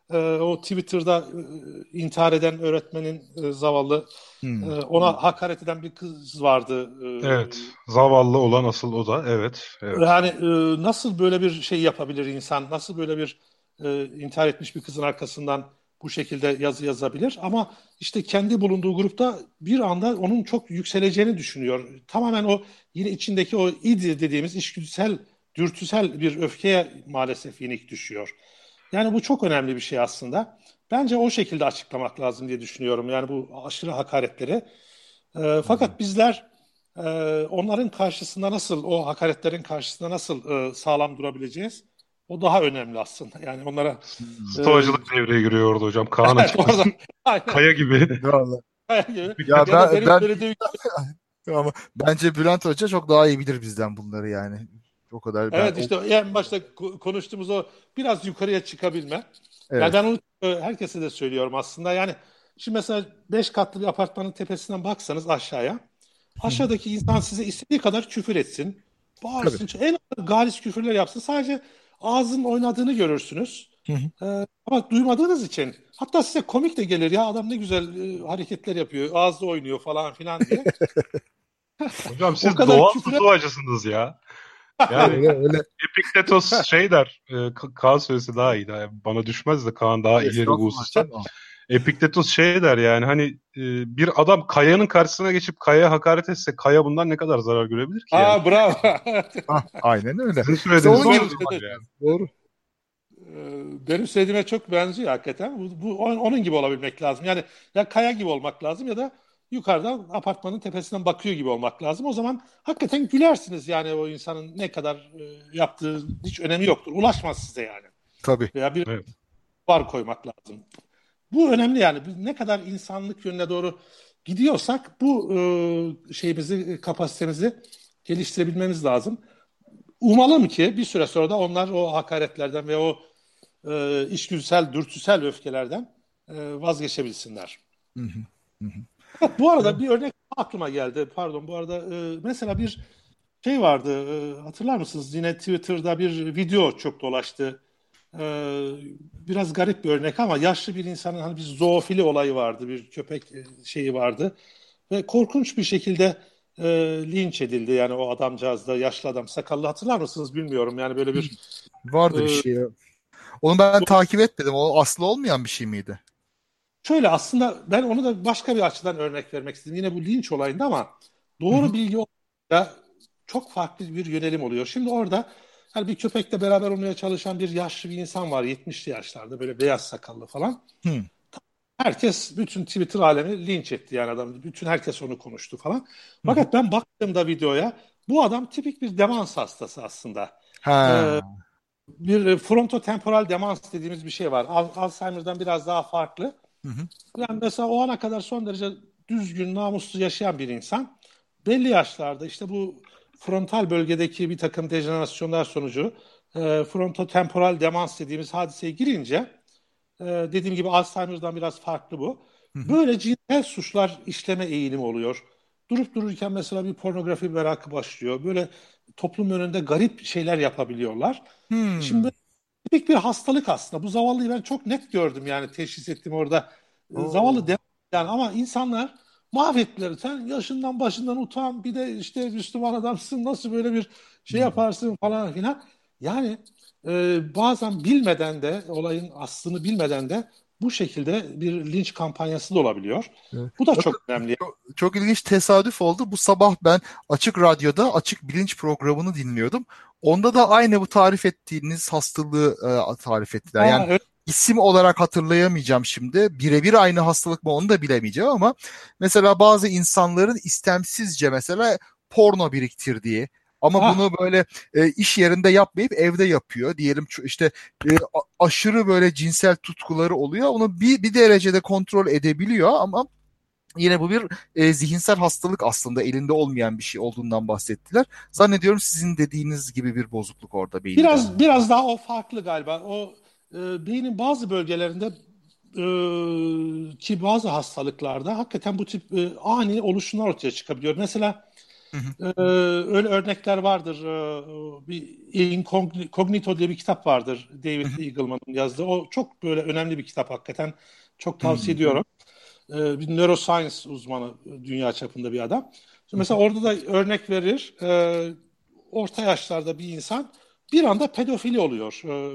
e, o Twitter'da e, intihar eden öğretmenin e, zavallı Hmm. e, ona hakaret eden bir kız vardı. E, Evet. Zavallı olan asıl o da. Evet. Evet. Yani e, nasıl böyle bir şey yapabilir insan? Nasıl böyle bir e, intihar etmiş bir kızın arkasından bu şekilde yazı yazabilir? Ama işte kendi bulunduğu grupta bir anda onun çok yükseleceğini düşünüyor. Tamamen o yine içindeki o id dediğimiz içgüdüsel, dürtüsel bir öfkeye maalesef yenik düşüyor. Yani bu çok önemli bir şey aslında. Bence o şekilde açıklamak lazım diye düşünüyorum. Yani bu aşırı hakaretleri. E, fakat bizler e, onların karşısında nasıl, o hakaretlerin karşısında nasıl e, sağlam durabileceğiz? O daha önemli aslında. Yani onlara e, Stoacılık devreye giriyor orada hocam. Kaan evet, açıkçası. orada aynen Kaya gibi. Vallahi. gibi. Ya Ya da ben benim ben söylediğim ama bence Bülent Hoca çok daha iyi bilir bizden bunları yani. O kadar ben evet, o işte en başta ko- konuştuğumuz o biraz yukarıya çıkabilme. Yani evet. ben onu e, herkese de söylüyorum aslında. Yani şimdi mesela beş katlı bir apartmanın tepesinden baksanız aşağıya. Hı hı. Aşağıdaki insan size istediği kadar küfür etsin. Tabii. Bağırsın. En galis küfürler yapsın. Sadece ağzının oynadığını görürsünüz. Hı hı. Ee, ama duymadığınız için hatta size komik de gelir ya adam ne güzel e, hareketler yapıyor. Ağzı oynuyor falan filan diye. Hocam O siz kadar doğal küfüre stoacısınız ya. Yani Öyle öyle. Epiktetos şey der. e, Ka- Kaan söylese daha iyi. Yani bana düşmez de Kaan daha ileri bu Estağfurullah hususta. canım. Epiktetos şey der yani hani e, bir adam kayanın karşısına geçip kayaya hakaret etse kaya bundan ne kadar zarar görebilir ki yani. Aa, bravo. Ah, aynen öyle. Sizin İşte söylediğiniz onun gibi doğru Doğru normal söylüyorsun. yani. doğru. Ee, Benim söylediğime çok benziyor hakikaten. Bu, bu onun onun gibi olabilmek lazım. Yani ya kaya gibi olmak lazım ya da yukarıdan apartmanın tepesinden bakıyor gibi olmak lazım. O zaman hakikaten gülersiniz yani o insanın ne kadar e, yaptığı hiç önemi yoktur. Ulaşmaz size yani. Tabii. Veya bir Evet. var koymak lazım. Bu önemli yani. Biz ne kadar insanlık yönüne doğru gidiyorsak bu e, şeyimizi, kapasitemizi geliştirebilmemiz lazım. Umalım ki bir süre sonra da onlar o hakaretlerden ve o e, içgüdüsel, dürtüsel öfkelerden e, vazgeçebilsinler. Hı hı. Hı hı. Bak, bu arada Evet. bir örnek aklıma geldi. Pardon, bu arada e, mesela bir şey vardı. E, hatırlar mısınız? Yine Twitter'da bir video çok dolaştı. E, biraz garip bir örnek ama yaşlı bir insanın hani bir zoofili olayı vardı. Bir köpek e, şeyi vardı. Ve korkunç bir şekilde e, linç edildi. Yani o adamcağız da yaşlı adam sakallı, hatırlar mısınız bilmiyorum. Yani böyle bir Vardı bir e, şey. Onu ben takip etmedim. O aslı olmayan bir şey miydi? şöyle aslında ben onu da başka bir açıdan örnek vermek istedim. Yine bu linç olayında ama Hı hı. doğru bilgi olunca çok farklı bir yönelim oluyor. Şimdi orada hani bir köpekle beraber olmaya çalışan bir yaşlı bir insan var, yetmişli yaşlarda, böyle beyaz sakallı falan. Hı Herkes, bütün Twitter alemi linç etti yani adam. Bütün herkes onu konuştu falan. hı. Hı. Fakat ben baktığımda videoya, bu adam tipik bir demans hastası aslında. Ee, Ha. bir frontotemporal demans dediğimiz bir şey var. Al- Alzheimer'dan biraz daha farklı. Hı hı. Yani mesela o ana kadar son derece düzgün, namuslu yaşayan bir insan belli yaşlarda işte bu frontal bölgedeki bir takım dejenerasyonlar sonucu e, frontotemporal demans dediğimiz hadiseye girince, e, dediğim gibi Alzheimer'dan biraz farklı bu. Hı hı. Böyle cinsel suçlar işleme eğilimi oluyor. Durup dururken mesela bir pornografi merakı başlıyor. Böyle toplum önünde garip şeyler yapabiliyorlar. Hmm. Şimdi tipik bir hastalık aslında. Bu zavallıyı ben çok net gördüm yani, teşhis ettim orada. E, Zavallı Oo. dem yani, ama insanlar mahvettiler. Sen yaşından başından utan, bir de işte Müslüman adamsın, nasıl böyle bir Hı şey yaparsın falan filan. Yani e, bazen bilmeden de, olayın aslını bilmeden de bu şekilde bir linç kampanyası da olabiliyor. hı. Bu da Bakın çok önemli. çok, çok ilginç tesadüf oldu. Bu sabah ben Açık Radyo'da Açık Bilinç programını dinliyordum. Onda da aynı bu tarif ettiğiniz hastalığı e, tarif ettiler. Yani Aa, evet. isim olarak hatırlayamayacağım şimdi. Birebir aynı hastalık mı onu da bilemeyeceğim ama mesela bazı insanların istemsizce mesela porno biriktirdiği ama Ah, bunu böyle e, iş yerinde yapmayıp evde yapıyor. Diyelim ço- işte e, a- aşırı böyle cinsel tutkuları oluyor. Onu bir, bir derecede kontrol edebiliyor ama yine bu bir e, zihinsel hastalık, aslında elinde olmayan bir şey olduğundan bahsettiler. Zannediyorum sizin dediğiniz gibi bir bozukluk orada beyinde. Biraz biraz daha o farklı galiba. O e, beynin bazı bölgelerinde e, ki bazı hastalıklarda hakikaten bu tip e, ani oluşumlar ortaya çıkabiliyor. Mesela Ee, öyle örnekler vardır. Ee, bir Incognito diye bir kitap vardır. David Eagleman'ın yazdığı. O çok böyle önemli bir kitap hakikaten. Çok tavsiye ediyorum. Ee, bir neuroscience uzmanı, dünya çapında bir adam. Şimdi mesela orada da örnek verir. Ee, orta yaşlarda bir insan bir anda pedofili oluyor. Ee,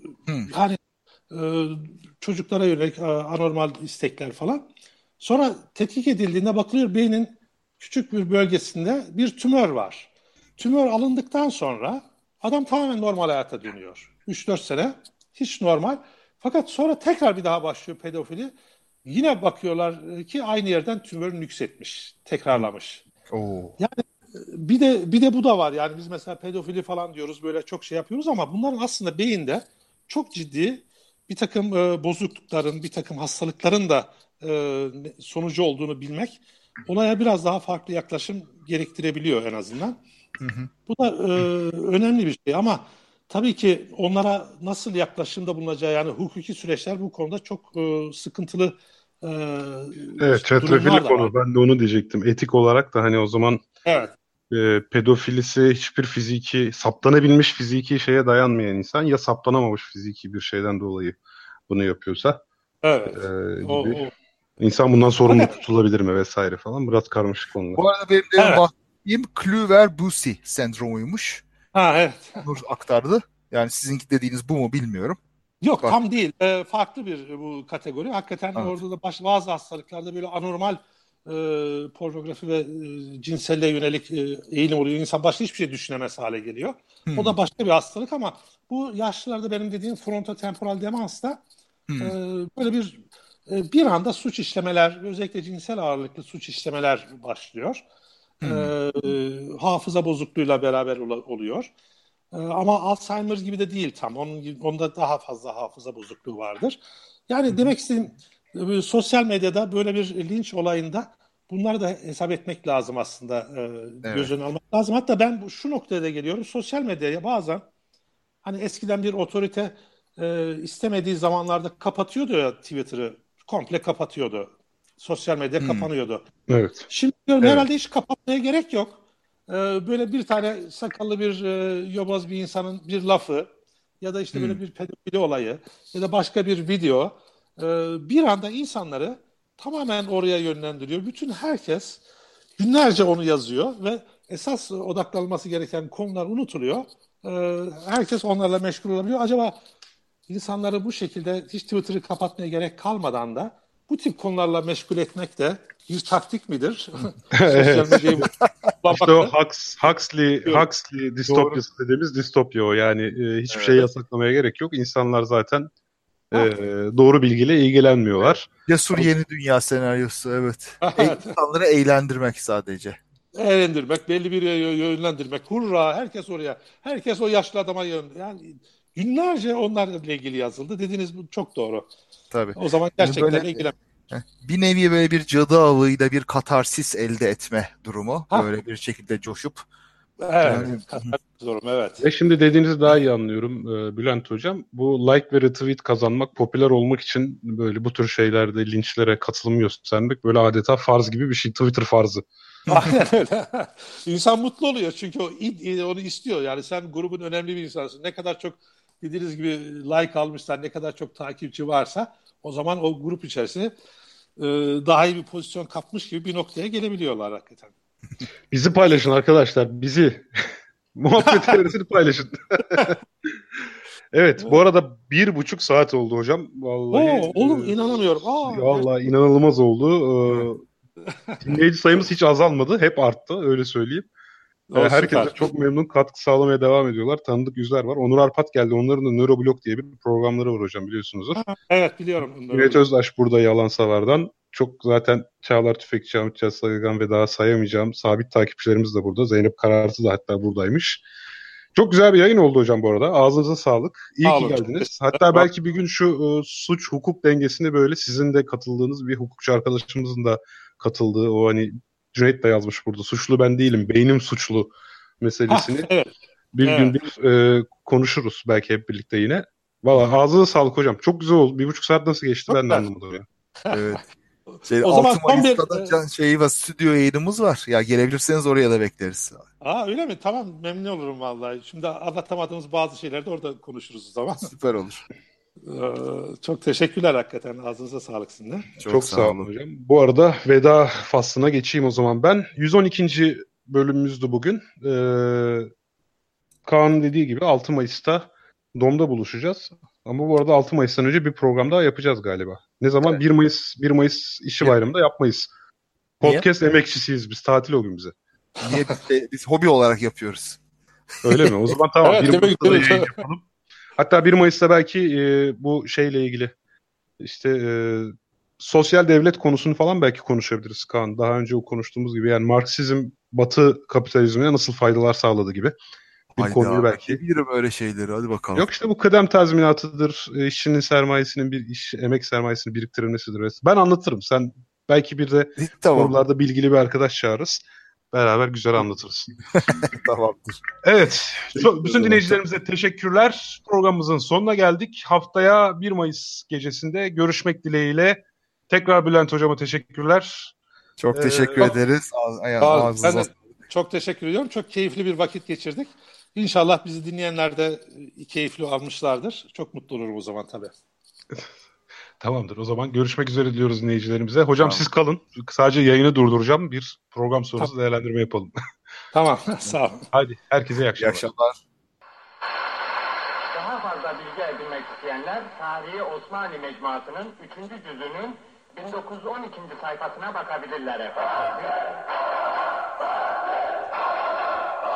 yani e, çocuklara yönelik e, anormal istekler falan. Sonra tetkik edildiğinde bakılıyor beynin küçük bir bölgesinde bir tümör var. Tümör alındıktan sonra adam tamamen normal hayata dönüyor. üç dört sene hiç normal. Fakat sonra tekrar bir daha başlıyor pedofili. Yine bakıyorlar ki aynı yerden tümör nüksetmiş, tekrarlamış. Oo. Yani bir de bir de bu da var. Yani biz mesela pedofili falan diyoruz, böyle çok şey yapıyoruz ama bunların aslında beyinde çok ciddi bir takım e, bozuklukların, bir takım hastalıkların da e, sonucu olduğunu bilmek olaya biraz daha farklı yaklaşım gerektirebiliyor en azından. Hı hı. Bu da e, önemli bir şey ama tabii ki onlara nasıl yaklaşımda bulunacağı, yani hukuki süreçler bu konuda çok e, sıkıntılı e, Evet, çetrefilli durumlar da var. konu. Ben de onu diyecektim. Etik olarak da hani o zaman Evet. e, pedofilisi hiçbir fiziki, saptanabilmiş fiziki şeye dayanmayan insan ya saptanamamış fiziki bir şeyden dolayı bunu yapıyorsa e, Evet. gibi. O, o. İnsan bundan sorumlu Fakat tutulabilir mi vesaire falan. Biraz karmaşık Bu konular. arada benim demin evet. bahsettiğim Kluver-Bucy sendromuymuş. Ha, evet. Nur aktardı. Yani sizinki dediğiniz bu mu bilmiyorum. Yok, Bak. tam değil. Ee, farklı bir e, bu kategori. Hakikaten Evet. orada da baş, bazı hastalıklarda böyle anormal e, pornografi ve e, cinselliğe yönelik e, eğilim oluyor. İnsan başka hiçbir şey düşünemez hale geliyor. O Hmm. da başka bir hastalık ama bu yaşlılarda benim dediğim frontotemporal demansta e, Hmm. böyle bir e, bir anda suç işlemeler, özellikle cinsel ağırlıklı suç işlemeler başlıyor. E, Hmm. e, hafıza bozukluğuyla beraber oluyor. Ee, ama Alzheimer gibi de değil tam. Onun gibi, onda daha fazla hafıza bozukluğu vardır. Yani demek istediğim e, sosyal medyada böyle bir linç olayında bunları da hesap etmek lazım aslında. E, göz Evet. önüne almak lazım. Hatta ben bu- şu noktaya da geliyorum. Sosyal medyaya bazen hani eskiden bir otorite e, istemediği zamanlarda kapatıyordu ya Twitter'ı. Komple kapatıyordu. Sosyal medya Hmm. kapanıyordu. Evet. Şimdi diyorum Evet. herhalde hiç kapatmaya gerek yok. Ee, böyle bir tane sakallı bir e, yobaz bir insanın bir lafı ya da işte Hmm. böyle bir pedofili olayı ya da başka bir video e, bir anda insanları tamamen oraya yönlendiriyor. Bütün herkes günlerce onu yazıyor ve esas odaklanması gereken konular unutuluyor. Ee, herkes onlarla meşgul olabiliyor. Acaba insanları bu şekilde hiç Twitter'ı kapatmaya gerek kalmadan da bu tip konularla meşgul etmek de bir taktik midir? Sosyal Evet. medyayı İşte o kullanmak da Hux, Huxley, diyorum. Huxley Doğru. distopyası dediğimiz distopya o. Yani e, hiçbir şey Evet. yasaklamaya gerek yok. İnsanlar zaten e, Ha, doğru bilgiyle ilgilenmiyorlar. Cesur yeni dünya senaryosu, evet. E, evet. insanları eğlendirmek sadece. Eğlendirmek, belli bir yere yönlendirmek. Hurra, herkes oraya. Herkes o yaşlı adama yön. Yani günlerce onlarla ilgili yazıldı. Dediğiniz bu çok doğru. Tabii. O zaman Yani böyle gerçeklerle ilgilen. heh, bir nevi böyle bir cadı avıyla bir katarsis elde etme durumu. Ha, Böyle bir şekilde coşup. evet. Yani Katılıyorum, evet. Ve şimdi dediğinizi daha iyi anlıyorum e, Bülent Hocam. Bu like ve retweet kazanmak, popüler olmak için böyle bu tür şeylerde linçlere katılım göstermek böyle adeta farz gibi bir şey. Twitter farzı. Aynen öyle. İnsan mutlu oluyor çünkü o onu istiyor. Yani sen grubun önemli bir insansın. Ne kadar çok dediğiniz gibi like almışlar, ne kadar çok takipçi varsa o zaman o grup içerisinde e, daha iyi bir pozisyon kapmış gibi bir noktaya gelebiliyorlar hakikaten. Bizi paylaşın arkadaşlar, bizi. Muhabbet teorisini paylaşın. Evet, bu arada bir buçuk saat oldu hocam. Vallahi Oo, e, oğlum inanamıyorum. Aa, vallahi gerçekten. inanılmaz oldu. evet. E, dinleyici sayımız hiç azalmadı, hep arttı, öyle söyleyeyim. E, O herkes de süper. çok memnun, katkı sağlamaya devam ediyorlar. Tanıdık yüzler var. Onur Arpat geldi. Onların da Nöroblog diye bir programları var hocam, biliyorsunuzdur. Ha, evet biliyorum bunları Cüneyt blok. Özdaş burada Yalan Savar'dan. Çok zaten Çağlar Tüfekçi, Ahmet Can Sayılgan ve daha sayamayacağım sabit takipçilerimiz de burada. Zeynep Kararsız da hatta buradaymış. Çok güzel bir yayın oldu hocam bu arada. Ağzınıza sağlık. İyi Sağ ki olun. Çok geldiniz. teşekkürler. Hatta Var- belki bir gün şu e, suç hukuk dengesini böyle sizin de katıldığınız bir hukukçu arkadaşımızın da katıldığı o hani Cüneyt de yazmış burada. Suçlu ben değilim, beynim suçlu Ha, meselesini evet. bir gün Evet. bir e, konuşuruz belki hep birlikte yine. Valla ağzına sağlık hocam. Çok güzel oldu. Bir buçuk saat nasıl geçti Çok ben de güzel. Evet. anlamadım ya. Evet. Şey, O zaman altı son bir Mayıs'ta da e, can- şey var, stüdyo yayınımız var. Ya gelebilirseniz oraya da bekleriz. aa öyle mi? Tamam, memnun olurum vallahi. Şimdi anlatamadığımız bazı şeyleri de orada konuşuruz o zaman. Süper olur. Ee, Çok teşekkürler hakikaten. Ağzınıza sağlık sizin de. Çok, Çok sağ sağ olun olun. hocam. Bu arada veda faslına geçeyim o zaman ben. yüz on ikinci bölümümüzdü bugün. Ee, Kaan'ın dediği gibi altı Mayıs'ta Dom'da buluşacağız. Ama bu arada altı Mayıs'tan önce bir program daha yapacağız galiba. Ne zaman? Evet. bir Mayıs bir Mayıs işçi Niye? bayramında yapmayız. Niye? Podcast emekçisiyiz biz. Tatil o gün bize. Niye biz, de- biz hobi olarak yapıyoruz. Öyle mi? O zaman tamam. Evet, bir demek Mayıs'ta da evet. yayın yapalım. Hatta bir Mayıs'ta belki e, bu şeyle ilgili işte e, sosyal devlet konusunu falan belki konuşabiliriz Kaan. Daha önce o konuştuğumuz gibi yani Marksizm Batı kapitalizmine nasıl faydalar sağladı gibi bir konuyu Hayda. belki. Ne bilirim öyle şeyleri. Hadi bakalım. Yok işte bu kıdem tazminatıdır, e, işçinin sermayesinin bir iş, emek sermayesinin biriktirilmesidir. Ben anlatırım. Sen belki bir de Tamam. konularda bilgili bir arkadaş çağırırız. Beraber güzel anlatırız. Tamamdır. Evet. Çok, bütün zaman. dinleyicilerimize teşekkürler. Programımızın sonuna geldik. Haftaya bir Mayıs gecesinde görüşmek dileğiyle. Tekrar Bülent Hocama teşekkürler. Çok Ee, teşekkür çok- ederiz. Ağ- ay- Sağ olun. Ben Ağzınıza de çok teşekkür ediyorum. Çok keyifli bir vakit geçirdik. İnşallah bizi dinleyenler de e, keyifli almışlardır. Çok mutlu olurum o zaman tabii. Tamamdır. O zaman görüşmek üzere diyoruz dinleyicilerimize. Hocam Tamam. siz kalın. Sadece yayını durduracağım. Bir program sonrası değerlendirme yapalım. Tamam, sağ olun. Hadi herkese iyi İyi akşamlar. akşamlar. Daha fazla bilgi edinmek isteyenler Tarihi Osmanlı Mecmuası'nın üçüncü cüzünün bin dokuz yüz on ikinci sayfasına bakabilirler efendim.